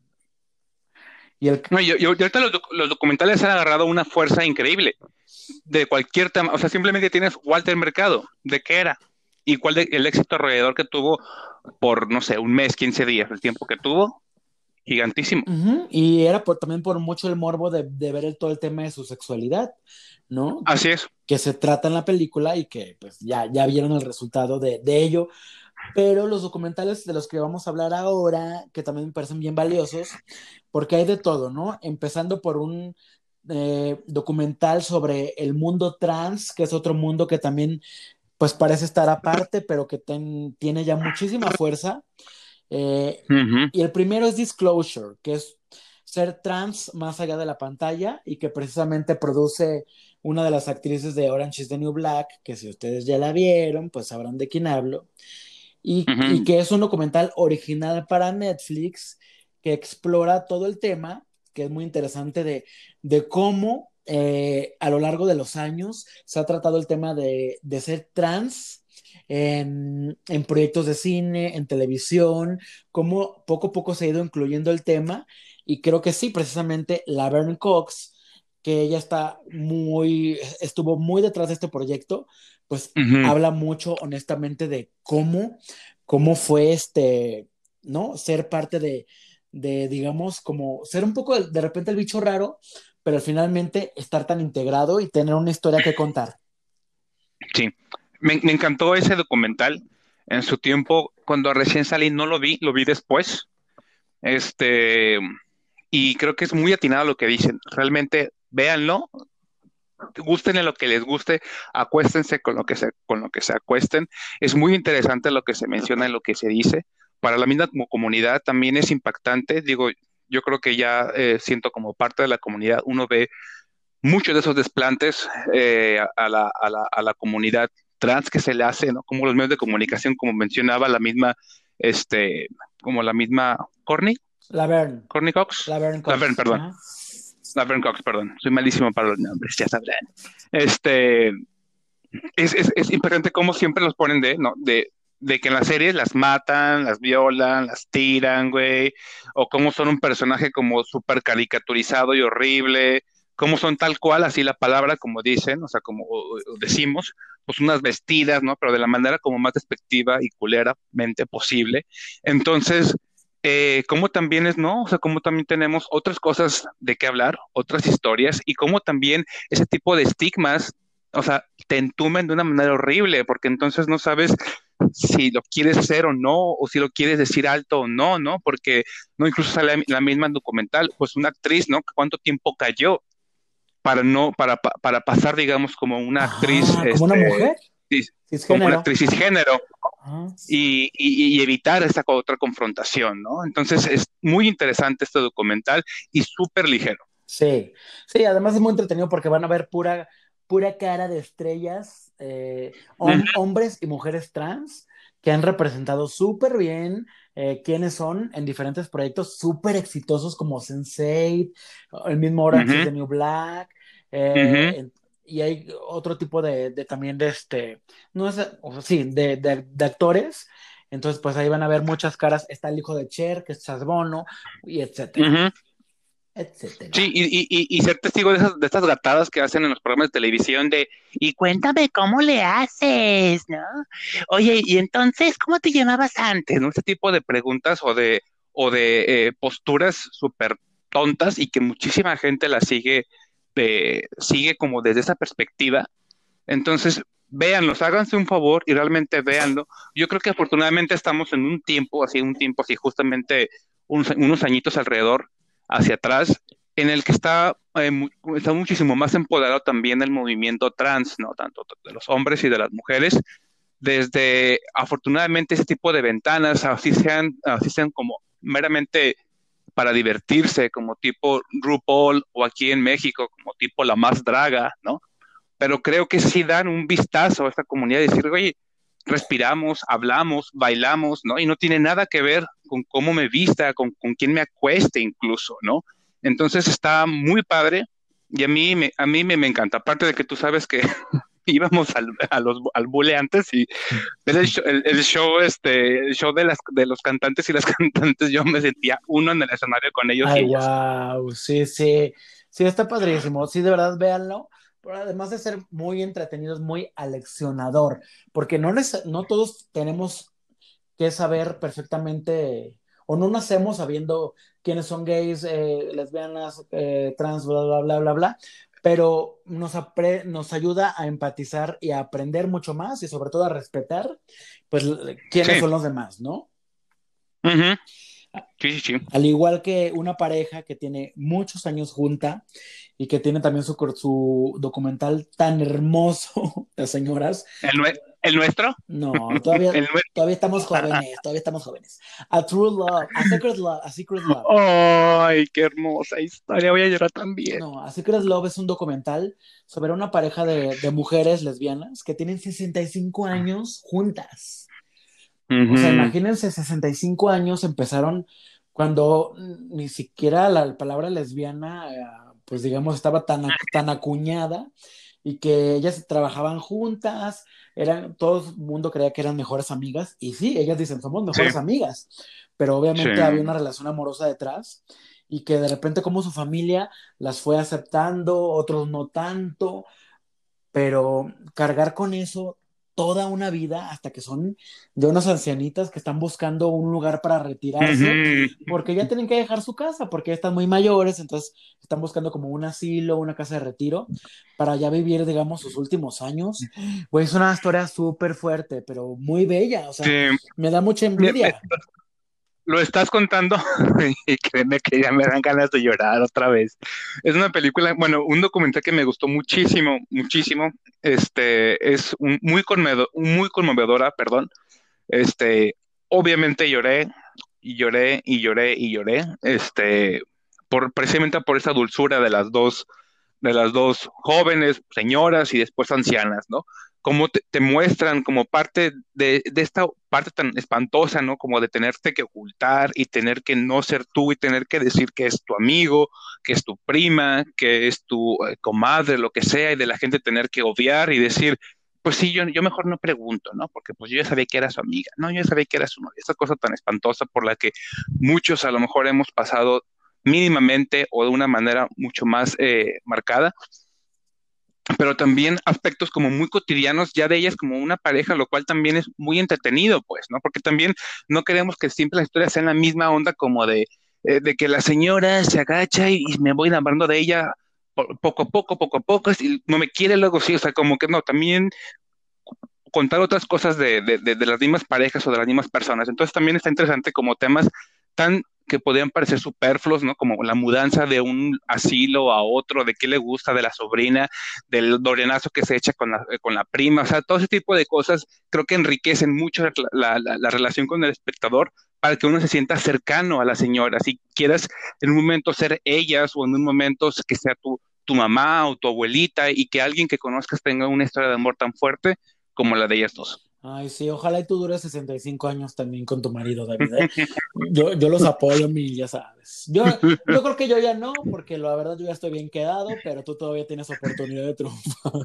Y el, No, y, y ahorita los, doc- los documentales han agarrado una fuerza increíble de cualquier tema, o sea, simplemente tienes Walter Mercado, ¿de qué era? ¿Y cuál de, el éxito alrededor que tuvo por, no sé, un mes, quince días, el tiempo que tuvo? Gigantísimo. Ujú, y era por, también por mucho el morbo de, de ver el, todo el tema de su sexualidad, ¿no? Así es. Que se trata en la película y que pues ya, ya vieron el resultado de, de ello. Pero los documentales de los que vamos a hablar ahora, que también me parecen bien valiosos, porque hay de todo, ¿no? Empezando por un eh, documental sobre el mundo trans, que es otro mundo que también pues parece estar aparte, pero que ten, tiene ya muchísima fuerza. Eh, Ujú. y el primero es Disclosure, que es ser trans más allá de la pantalla y que precisamente produce una de las actrices de Orange is the New Black, que si ustedes ya la vieron, pues sabrán de quién hablo, y, y Ujú. que es un documental original para Netflix que explora todo el tema, que es muy interesante de, de cómo eh, a lo largo de los años se ha tratado el tema de, de ser trans en, en, proyectos de cine, en televisión, cómo poco a poco se ha ido incluyendo el tema y creo que sí, precisamente Laverne Cox que ella está muy, estuvo muy detrás de este proyecto, pues Ujú. habla mucho honestamente de cómo, cómo fue este, ¿no? Ser parte de, de, digamos, como ser un poco de, de repente el bicho raro, pero finalmente estar tan integrado y tener una historia que contar. Sí, me, me encantó ese documental. En su tiempo, cuando recién salí, no lo vi, lo vi después. Este, y creo que es muy atinado lo que dicen. Realmente, véanlo, gusten lo que les guste, acuéstense con lo que se, con lo que se acuesten. Es muy interesante lo que se menciona y lo que se dice. Para la misma como comunidad también es impactante. Digo, yo creo que ya eh, siento como parte de la comunidad, uno ve muchos de esos desplantes eh, a, la, a, la, a la comunidad trans que se le hace, ¿no? Como los medios de comunicación, como mencionaba la misma, este, como la misma Corny, Laverne, Corny Cox, Laverne Laverne, Cox. perdón, Ajá. Laverne Cox, perdón, soy malísimo para los nombres, ya sabrán. Este, es, es, es importante cómo siempre los ponen de, ¿no? De, de que en las series las matan, las violan, las tiran, güey, o cómo son un personaje como súper caricaturizado y horrible, cómo son tal cual, así la palabra, como dicen, o sea, como o- o decimos, pues unas vestidas, ¿no? Pero de la manera como más despectiva y culeramente posible. Entonces, eh, cómo también es, ¿no? O sea, cómo también tenemos otras cosas de qué hablar, otras historias, y cómo también ese tipo de estigmas, o sea, te entumen de una manera horrible, porque entonces no sabes si lo quieres hacer o no, o si lo quieres decir alto o no, ¿no? Porque no, incluso sale la misma en documental, pues una actriz, ¿no? ¿Cuánto tiempo cayó para no, para, pa- para pasar, digamos, como una actriz, Ah, como una este, mujer, cis- como una cisgénero. actriz cisgénero Ajá. y, y, y evitar esta co- otra confrontación, ¿no? Entonces es muy interesante este documental y súper ligero. Sí, sí, además es muy entretenido porque van a ver pura, pura cara de estrellas, eh, Ujú, hom- hombres y mujeres trans que han representado súper bien eh, quiénes son en diferentes proyectos súper exitosos como sense eight, el mismo Orange is ujú, the New Black, ujú, eh, en- y hay otro tipo de, de también de este, no es, o sea, sí, de, de, de actores. Entonces, pues ahí van a ver muchas caras. Está el hijo de Cher, que es Chaz Bono, y etcétera, ujú. etcétera. Sí, y, y, y y ser testigo de esas, de estas gatadas que hacen en los programas de televisión de, y cuéntame cómo le haces, ¿no? Oye, y entonces, ¿cómo te llamabas antes? ¿No? Este tipo de preguntas o de, o de eh, posturas súper tontas y que muchísima gente las sigue, eh, sigue como desde esa perspectiva. Entonces, véanlos, háganse un favor y realmente véanlo. Yo creo que afortunadamente estamos en un tiempo, así, un tiempo así, justamente unos, unos añitos alrededor, hacia atrás, en el que está, eh, mu- está muchísimo más empoderado también el movimiento trans, ¿no? Tanto de los hombres y de las mujeres, desde afortunadamente ese tipo de ventanas, así sean, así sean como meramente para divertirse, como tipo RuPaul o aquí en México, como tipo La Más Draga, ¿no? Pero creo que sí dan un vistazo a esta comunidad y decir, oye, respiramos, hablamos, bailamos, ¿no? Y no tiene nada que ver con cómo me vista, con, con quién me acueste incluso, ¿no? Entonces está muy padre y a mí me, a mí me, me encanta. Aparte de que tú sabes que íbamos al, a los, al bule antes y ver el show, el, el show, este, el show de, las, de los cantantes y las cantantes, yo me sentía uno en el escenario con ellos y Ay, ellas. wow, sí, sí, sí, está padrísimo, sí, de verdad, véanlo, pero además de ser muy entretenido, es muy aleccionador, porque no, neces- no todos tenemos que saber perfectamente, o no nacemos sabiendo quiénes son gays, eh, lesbianas, eh, trans, bla, bla, bla, bla, bla, pero nos, apre- nos ayuda a empatizar y a aprender mucho más y sobre todo a respetar, pues, quiénes Sí, son los demás, ¿no? ujú, sí, sí, sí. Al igual que una pareja que tiene muchos años junta y que tiene también su, su documental tan hermoso, las señoras. ¿El, nue- el nuestro? No, todavía, El nuestro. todavía estamos jóvenes, todavía estamos jóvenes. A True Love, A Secret Love, A Secret Love. Ay, qué hermosa historia, voy a llorar también. No, A Secret Love es un documental sobre una pareja de, de mujeres lesbianas que tienen sesenta y cinco años juntas. O sea, Ujú, imagínense, sesenta y cinco años empezaron cuando ni siquiera la palabra lesbiana, eh, pues digamos, estaba tan, ac- tan acuñada y que ellas trabajaban juntas, eran, todo el mundo creía que eran mejores amigas y sí, ellas dicen, somos sí, mejores amigas, pero sí, obviamente había una relación amorosa detrás y que de repente como su familia las fue aceptando, otros no tanto, pero cargar con eso toda una vida hasta que son de unas ancianitas que están buscando un lugar para retirarse, Ujú. porque ya tienen que dejar su casa, porque ya están muy mayores, entonces están buscando como un asilo, una casa de retiro, para ya vivir, digamos, sus últimos años. Pues es una historia súper fuerte, pero muy bella, o Sí, sea, me da mucha me- me- envidia. lo estás contando y créeme que ya me dan ganas de llorar otra vez. Es una película, bueno, un documental que me gustó muchísimo, muchísimo. Este es un- muy conmovedor, muy conmovedora, perdón. Este, obviamente lloré y lloré y lloré y lloré. Este, por precisamente por esa dulzura de las dos de las dos jóvenes, señoras y después ancianas, ¿no? Cómo te, te muestran como parte de, de esta parte tan espantosa, ¿no? Como de tenerte que ocultar y tener que no ser tú y tener que decir que es tu amigo, que es tu prima, que es tu eh, comadre, lo que sea, y de la gente tener que odiar y decir, pues sí, yo, yo mejor no pregunto, ¿no? Porque pues yo ya sabía que era su amiga, no, yo ya sabía que era su novia. Esa cosa tan espantosa por la que muchos a lo mejor hemos pasado mínimamente o de una manera mucho más eh, marcada, pero también aspectos como muy cotidianos ya de ellas como una pareja, lo cual también es muy entretenido, pues, ¿no? Porque también no queremos que siempre las historias sean la misma onda como de, eh, de que la señora se agacha y, y me voy enamorando de ella po- poco a poco, poco a poco, y no me quiere luego sí, o sea, como que no, también contar otras cosas de, de, de, de las mismas parejas o de las mismas personas. Entonces también está interesante como temas tan que podrían parecer superfluos, ¿no? Como la mudanza de un asilo a otro, de qué le gusta de la sobrina, del dorenazo que se echa con la, con la prima, o sea, todo ese tipo de cosas creo que enriquecen mucho la, la, la relación con el espectador para que uno se sienta cercano a la señora, si quieras en un momento ser ellas o en un momento que sea tu, tu mamá o tu abuelita y que alguien que conozcas tenga una historia de amor tan fuerte como la de ellas dos. Ay, sí, ojalá y tú dures sesenta y cinco años también con tu marido, David, ¿eh? Yo, yo los apoyo, mi, ya sabes. Yo, yo creo que yo ya no, porque la verdad yo ya estoy bien quedado, pero tú todavía tienes oportunidad de triunfar.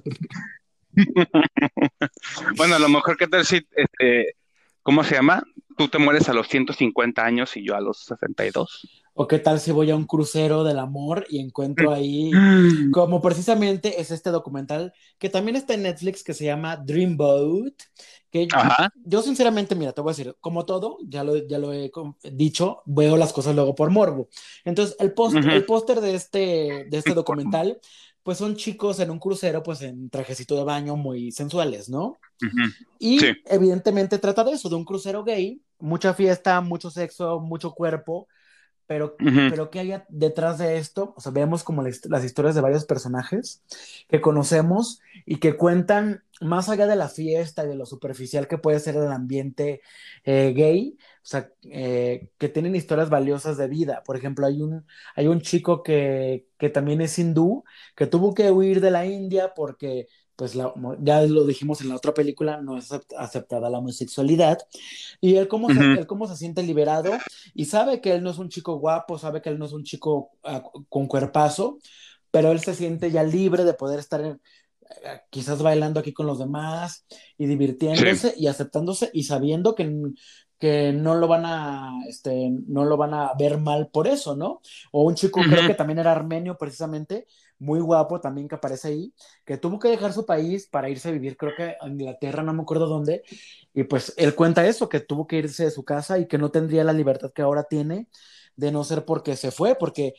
Bueno, a lo mejor, ¿qué tal si, este, ¿cómo se llama? Tú te mueres a los ciento cincuenta años y yo a los sesenta y dos. O qué tal si voy a un crucero del amor y encuentro ahí, como precisamente es este documental que también está en Netflix que se llama Dreamboat, que Ajá. yo sinceramente, mira, te voy a decir, como todo, ya lo, ya lo he com- dicho, veo las cosas luego por morbo. Entonces, el post, Ujú, el póster de este, de este documental, pues son chicos en un crucero, pues en trajecito de baño muy sensuales, ¿no? ujú. Sí. Y evidentemente trata de eso, de un crucero gay, mucha fiesta, mucho sexo, mucho cuerpo, pero, Ujú, pero ¿qué hay detrás de esto? O sea, vemos como la hist- las historias de varios personajes que conocemos y que cuentan más allá de la fiesta y de lo superficial que puede ser el ambiente eh, gay, o sea, eh, que tienen historias valiosas de vida. Por ejemplo, hay un, hay un chico que, que también es hindú, que tuvo que huir de la India porque, pues, la- ya lo dijimos en la otra película, no es acept- aceptada la homosexualidad. Y él cómo se, ujú, él cómo se siente liberado y sabe que él no es un chico guapo, sabe que él no es un chico uh, con cuerpazo, pero él se siente ya libre de poder estar en, uh, quizás bailando aquí con los demás y sí. divirtiéndose y aceptándose y sabiendo que, que no lo van a, este, no lo van a ver mal por eso, ¿no? O un chico, creo Ujú, que también era armenio precisamente, muy guapo también que aparece ahí, que tuvo que dejar su país para irse a vivir, creo que a Inglaterra, no me acuerdo dónde, y pues él cuenta eso, que tuvo que irse de su casa y que no tendría la libertad que ahora tiene, de no ser porque se fue, porque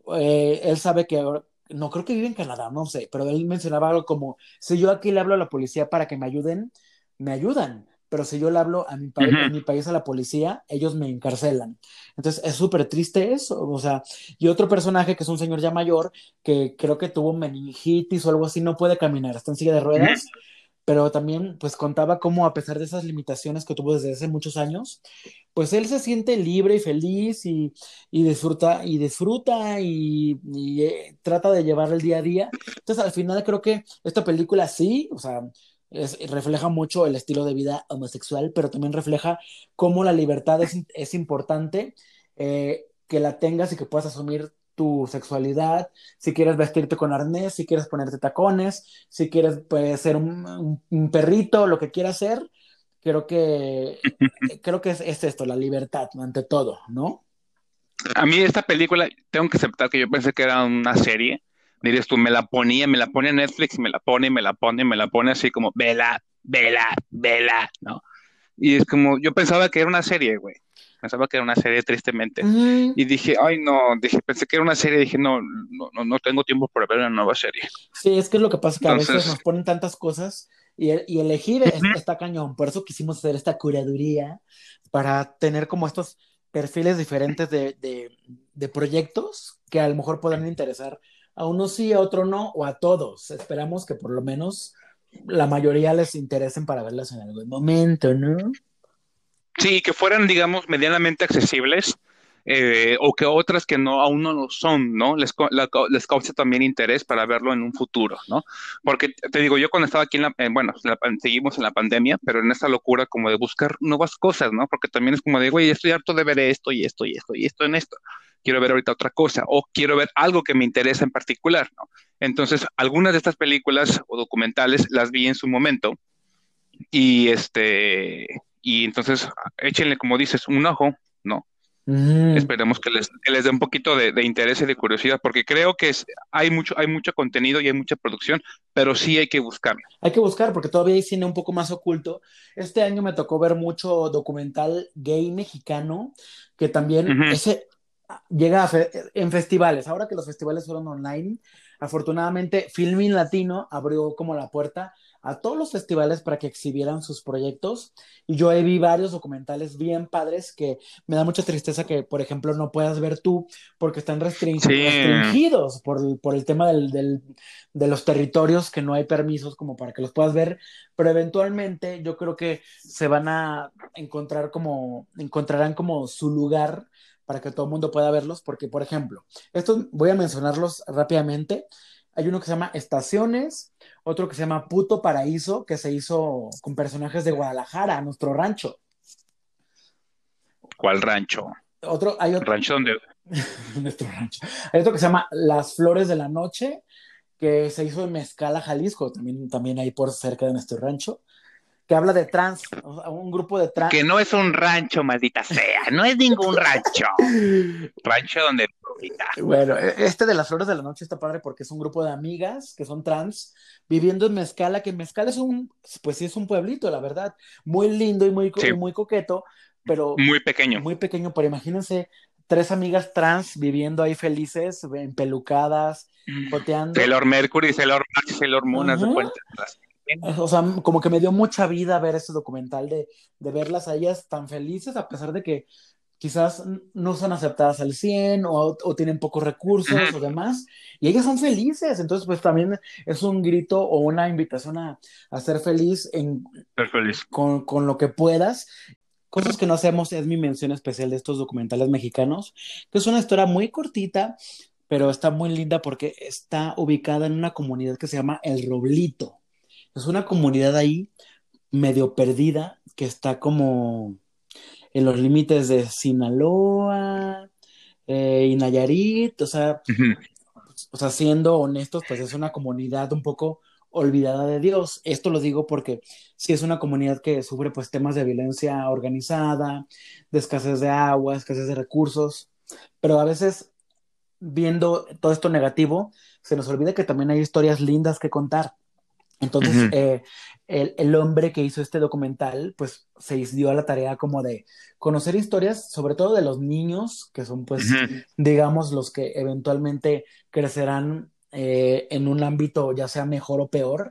eh, él sabe que ahora, no creo que vive en Canadá, no sé, pero él mencionaba algo como, si yo aquí le hablo a la policía para que me ayuden, me ayudan, pero si yo le hablo a mi pa ujú. en mi país a la policía, ellos me encarcelan. Entonces es súper triste eso, o sea, y otro personaje que es un señor ya mayor, que creo que tuvo meningitis o algo así, no puede caminar, está en silla de Ujú. ruedas, pero también pues contaba cómo a pesar de esas limitaciones que tuvo desde hace muchos años, pues él se siente libre y feliz y, y disfruta y disfruta y, y, eh, trata de llevar el día a día. Entonces al final creo que esta película sí, o sea, es- refleja mucho el estilo de vida homosexual, pero también refleja cómo la libertad es, es importante, eh, que la tengas y que puedas asumir tu sexualidad, si quieres vestirte con arnés, si quieres ponerte tacones, si quieres pues, ser un, un- un perrito, lo que quieras ser, creo que, creo que es, es esto, la libertad, ¿no? Ante todo, ¿no? A mí esta película, tengo que aceptar que yo pensé que era una serie. Dirías tú, me la ponía, me la pone Netflix, me la pone, me la pone, me la pone así como, vela, vela, vela, ¿no? Y es como, yo pensaba que era una serie, güey. Pensaba que era una serie, tristemente. Mm, Y dije, ay, no, dije, pensé que era una serie, dije, no, no, no, no tengo tiempo para ver una nueva serie. sí, es que es lo que pasa, que a veces Entonces, nos ponen tantas cosas y, y elegir es- está cañón. Por eso quisimos hacer esta curaduría para tener como estos perfiles diferentes de, de, de proyectos que a lo mejor puedan interesar a uno sí, a otro no, o a todos. Esperamos que por lo menos la mayoría les interesen para verlas en algún momento, ¿no? sí, que fueran, digamos, medianamente accesibles, eh, o que otras que no aún no lo son, ¿no? Les, co- la- les cause también interés para verlo en un futuro, ¿no? Porque te digo, yo cuando estaba aquí en la, eh, bueno, en la pan- seguimos en la pandemia, pero en esta locura como de buscar nuevas cosas, ¿no? Porque también es como de, güey, estoy harto de ver esto y esto y esto y esto en esto. Quiero ver ahorita otra cosa, o quiero ver algo que me interesa en particular, ¿no? Entonces, algunas de estas películas o documentales las vi en su momento y este, y entonces échenle, como dices, un ojo, ¿no? Mm. Esperemos que les, que les dé un poquito de, de interés y de curiosidad, porque creo que es, hay mucho, hay mucho contenido y hay mucha producción, pero sí hay que buscarlo. Hay que buscar porque todavía hay cine un poco más oculto. Este año me tocó ver mucho documental gay mexicano, que también Ujú. ese llega a fe- en festivales. Ahora que los festivales fueron online, afortunadamente Filmin Latino abrió como la puerta a todos los festivales para que exhibieran sus proyectos. Y yo ahí vi varios documentales bien padres que me da mucha tristeza que, por ejemplo, no puedas ver tú porque están restring- Sí, restringidos por, el- por el tema del, del- de los territorios, que no hay permisos como para que los puedas ver, pero eventualmente yo creo que se van a encontrar como, encontrarán como su lugar para que todo el mundo pueda verlos, porque por ejemplo, estos voy a mencionarlos rápidamente. Hay uno que se llama Estaciones, otro que se llama Puto Paraíso, que se hizo con personajes de Guadalajara, nuestro rancho. ¿cuál rancho? Otro, hay otro, Rancho donde, nuestro rancho. Hay otro que se llama Las Flores de la Noche, que se hizo en Mezcala, Jalisco, también, también ahí por cerca de nuestro rancho, que habla de trans, o sea, un grupo de trans. que no es un rancho, maldita sea, no es ningún rancho. Rancho donde Bueno, e, este de las Flores de la Noche está padre porque es un grupo de amigas que son trans viviendo en Mezcala, que Mezcala es un, pues sí es un pueblito, la verdad, muy lindo y muy, co- sí, y muy coqueto, pero muy pequeño. muy pequeño. Pero imagínense tres amigas trans viviendo ahí felices, empelucadas, joteando. Sailor Mercury, Sailor Mars y Sailor Moon, haz de Ajá. cuenta. O sea, como que me dio mucha vida ver ese documental de, de verlas a ellas tan felices, a pesar de que quizás no son aceptadas al cien o, o tienen pocos recursos o Ujú. demás, y ellas son felices. Entonces, pues también es un grito o una invitación a, a ser feliz en, Ser feliz. con, con lo que puedas. Cosas que no hacemos es mi mención especial de estos documentales mexicanos, que es una historia muy cortita, pero está muy linda porque está ubicada en una comunidad que se llama El Roblito. Es una comunidad ahí medio perdida que está como en los límites de Sinaloa eh, y Nayarit. O sea, Ujú. o sea, siendo honestos, pues es una comunidad un poco olvidada de Dios. Esto lo digo porque sí es una comunidad que sufre pues temas de violencia organizada, de escasez de agua, escasez de recursos, pero a veces viendo todo esto negativo, se nos olvida que también hay historias lindas que contar. Entonces, Ujú. eh, el, el hombre que hizo este documental, pues se dio a la tarea como de conocer historias, sobre todo de los niños, que son pues, Ujú. digamos, los que eventualmente crecerán eh, en un ámbito ya sea mejor o peor.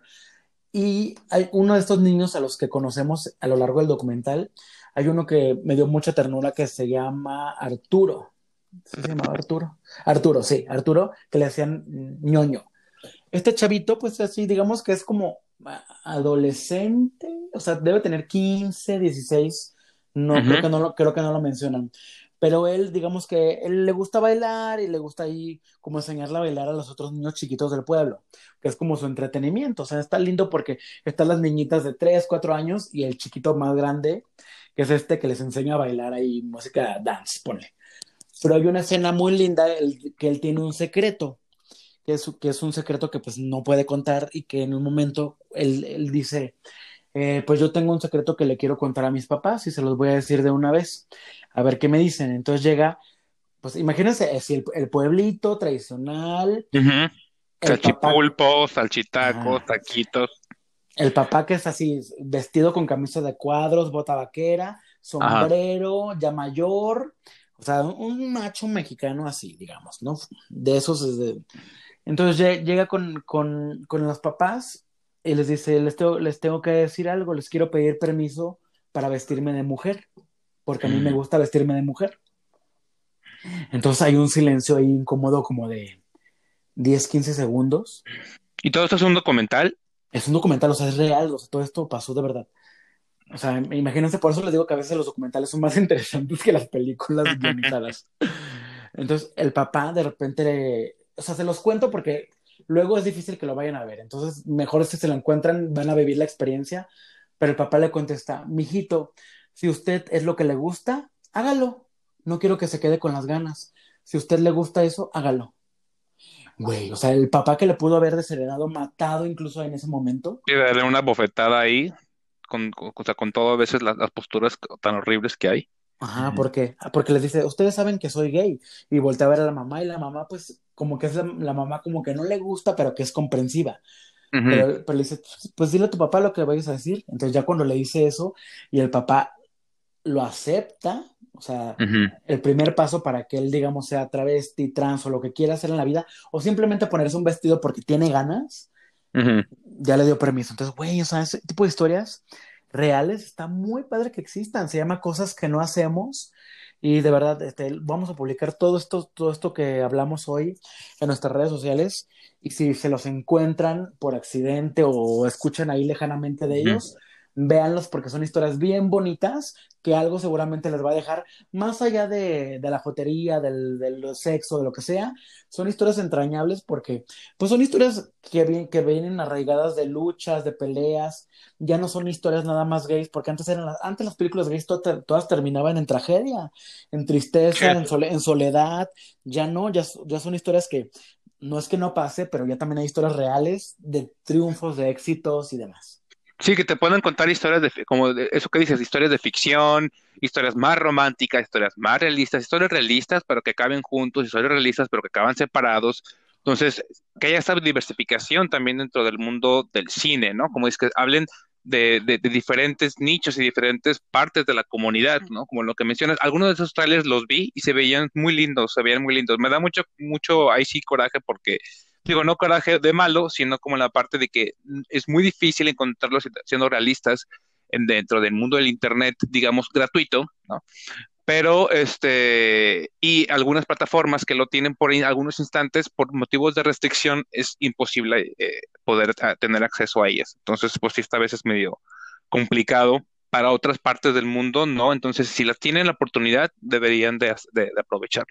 Y hay uno de estos niños a los que conocemos a lo largo del documental, hay uno que me dio mucha ternura que se llama Arturo. ¿Sí se llamaba Arturo? Arturo, sí, Arturo, que le hacían ñoño. Este chavito, pues así, digamos que es como adolescente, o sea, debe tener quince, dieciséis. No, creo Ujú. que no lo, creo que no lo mencionan. Pero él, digamos que él le gusta bailar y le gusta ahí como enseñarle a bailar a los otros niños chiquitos del pueblo, que es como su entretenimiento. O sea, está lindo porque están las niñitas de tres, cuatro años y el chiquito más grande, que es este que les enseña a bailar ahí música dance, ponle. Pero hay una escena muy linda el, que él tiene un secreto, que es, que es un secreto que pues no puede contar y que en un momento él, él dice, eh, pues yo tengo un secreto que le quiero contar a mis papás y se los voy a decir de una vez, a ver qué me dicen. Entonces llega pues imagínense, es el, el pueblito tradicional, Ujú. el papá, Salchipulpos, salchitacos, ajá, taquitos. el papá que es así, vestido con camisa de cuadros, bota vaquera, Ajá. sombrero, ya mayor, o sea, un, un macho mexicano así, digamos, ¿no? De esos, es de- entonces lle- llega con, con, con los papás y les dice, les tengo, les tengo que decir algo, les quiero pedir permiso para vestirme de mujer, porque a mí me gusta vestirme de mujer. Entonces hay un silencio ahí incómodo como de diez quince segundos. ¿Y todo esto es un documental? Es un documental, o sea, es real, o sea, todo esto pasó de verdad. O sea, imagínense, por eso les digo que a veces los documentales son más interesantes que las películas guionizadas. Entonces, el papá de repente, le- o sea, se los cuento porque luego es difícil que lo vayan a ver. Entonces, mejor si se lo encuentran, van a vivir la experiencia. Pero el papá le contesta, mijito, si usted es lo que le gusta, hágalo. No quiero que se quede con las ganas. Si a usted le gusta eso, hágalo. Güey, o sea, el papá que le pudo haber desheredado, matado incluso en ese momento. Y darle una bofetada ahí, con, con, o sea, con todo a veces las, las posturas tan horribles que hay. Ajá, ¿por qué? Porque les dice, ustedes saben que soy gay. Y voltea a ver a la mamá y la mamá, pues, como que es la, la mamá como que no le gusta, pero que es comprensiva. Ujú, Pero, pero le dice, pues pues dile a tu papá lo que le vayas a decir. Entonces ya cuando le dice eso y el papá lo acepta, o sea, ujú, el primer paso para que él, digamos, sea travesti, trans o lo que quiera hacer en la vida, o simplemente ponerse un vestido porque tiene ganas, ujú. ya le dio permiso. Entonces, güey, o sea, ese tipo de historias reales está muy padre que existan. Se llama Cosas que no hacemos. Y de verdad, este, vamos a publicar todo esto, todo esto que hablamos hoy en nuestras redes sociales. Y si se los encuentran por accidente o escuchan ahí lejanamente de Ujú. ellos, véanlos porque son historias bien bonitas que algo seguramente les va a dejar, más allá de, de la jotería, del, del sexo, de lo que sea, son historias entrañables porque pues son historias que, vi- que vienen arraigadas de luchas, de peleas, ya no son historias nada más gays, porque antes eran las, antes las películas gays to- todas terminaban en tragedia, en Sí. tristeza, en, sole- en soledad, ya no, ya, s- ya son historias que no es que no pase, pero ya también hay historias reales de triunfos, de éxitos y demás. Sí, que te pueden contar historias de, fi- como de eso que dices, historias de ficción, historias más románticas, historias más realistas, historias realistas, pero que caben juntos, historias realistas, pero que acaban separados. Entonces, que haya esta diversificación también dentro del mundo del cine, ¿no? Como es que hablen de, de- de diferentes nichos y diferentes partes de la comunidad, ¿no? Como lo que mencionas, algunos de esos trailers los vi y se veían muy lindos, se veían muy lindos. Me da mucho, mucho, ahí sí coraje porque digo, no coraje de malo, sino como la parte de que mm, es muy difícil encontrarlos siendo realistas en, dentro del mundo del Internet, digamos, gratuito, ¿no? Pero, este, y algunas plataformas que lo tienen por in- algunos instantes, por motivos de restricción, es imposible eh, poder ah, tener acceso a ellas. Entonces, pues sí, esta vez es medio complicado. Para otras partes del mundo, no. Entonces, si las tienen la oportunidad, deberían de, de de aprovecharlo.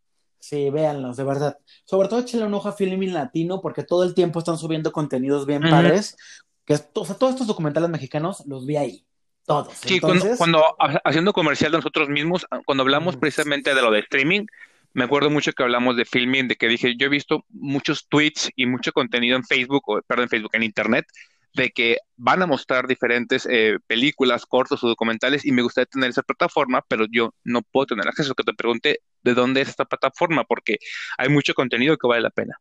Sí, véanlos, de verdad. Sobre todo échenle un ojo a Filmin Latino porque todo el tiempo están subiendo contenidos bien Ujú. padres. Que es- o sea, todos estos documentales mexicanos los vi ahí. Todos. Sí, cuando, Entonces, cuando ha- haciendo comercial de nosotros mismos, ah, cuando hablamos ujú, precisamente de lo de streaming, me acuerdo mucho que hablamos de filming, de que dije, yo he visto muchos tweets y mucho contenido en Facebook, o perdón, en Facebook, en Internet, de que van a mostrar diferentes eh, películas, cortos o documentales y me gustaría tener esa plataforma, pero yo no puedo tener acceso. Que te pregunte de dónde es esta plataforma, porque hay mucho contenido que vale la pena.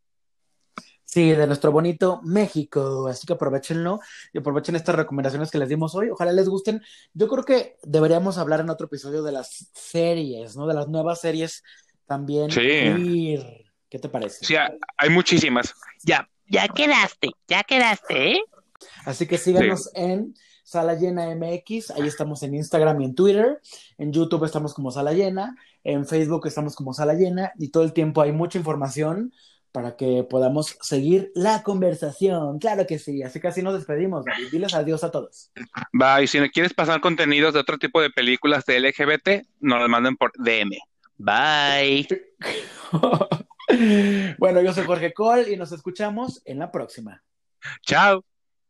sí, de nuestro bonito México. Así que aprovechenlo y aprovechen estas recomendaciones que les dimos hoy. Ojalá les gusten. Yo creo que deberíamos hablar en otro episodio de las series, ¿no? De las nuevas series también Sí, queer. ¿Qué te parece? sí, ha- hay muchísimas. Ya, ya quedaste, ya quedaste, ¿eh? Así que Sí. síganos en Sala Llena M X, ahí estamos en Instagram y en Twitter, en YouTube estamos como Sala Llena, en Facebook estamos como Sala Llena y todo el tiempo hay mucha información para que podamos seguir la conversación. Claro que sí, así que así nos despedimos, David. Diles adiós a todos. Va, y si me quieres pasar contenidos de otro tipo de películas de L G B T, nos las manden por D M. Bye. Bueno, yo soy Jorge Cole y nos escuchamos en la próxima. Chao.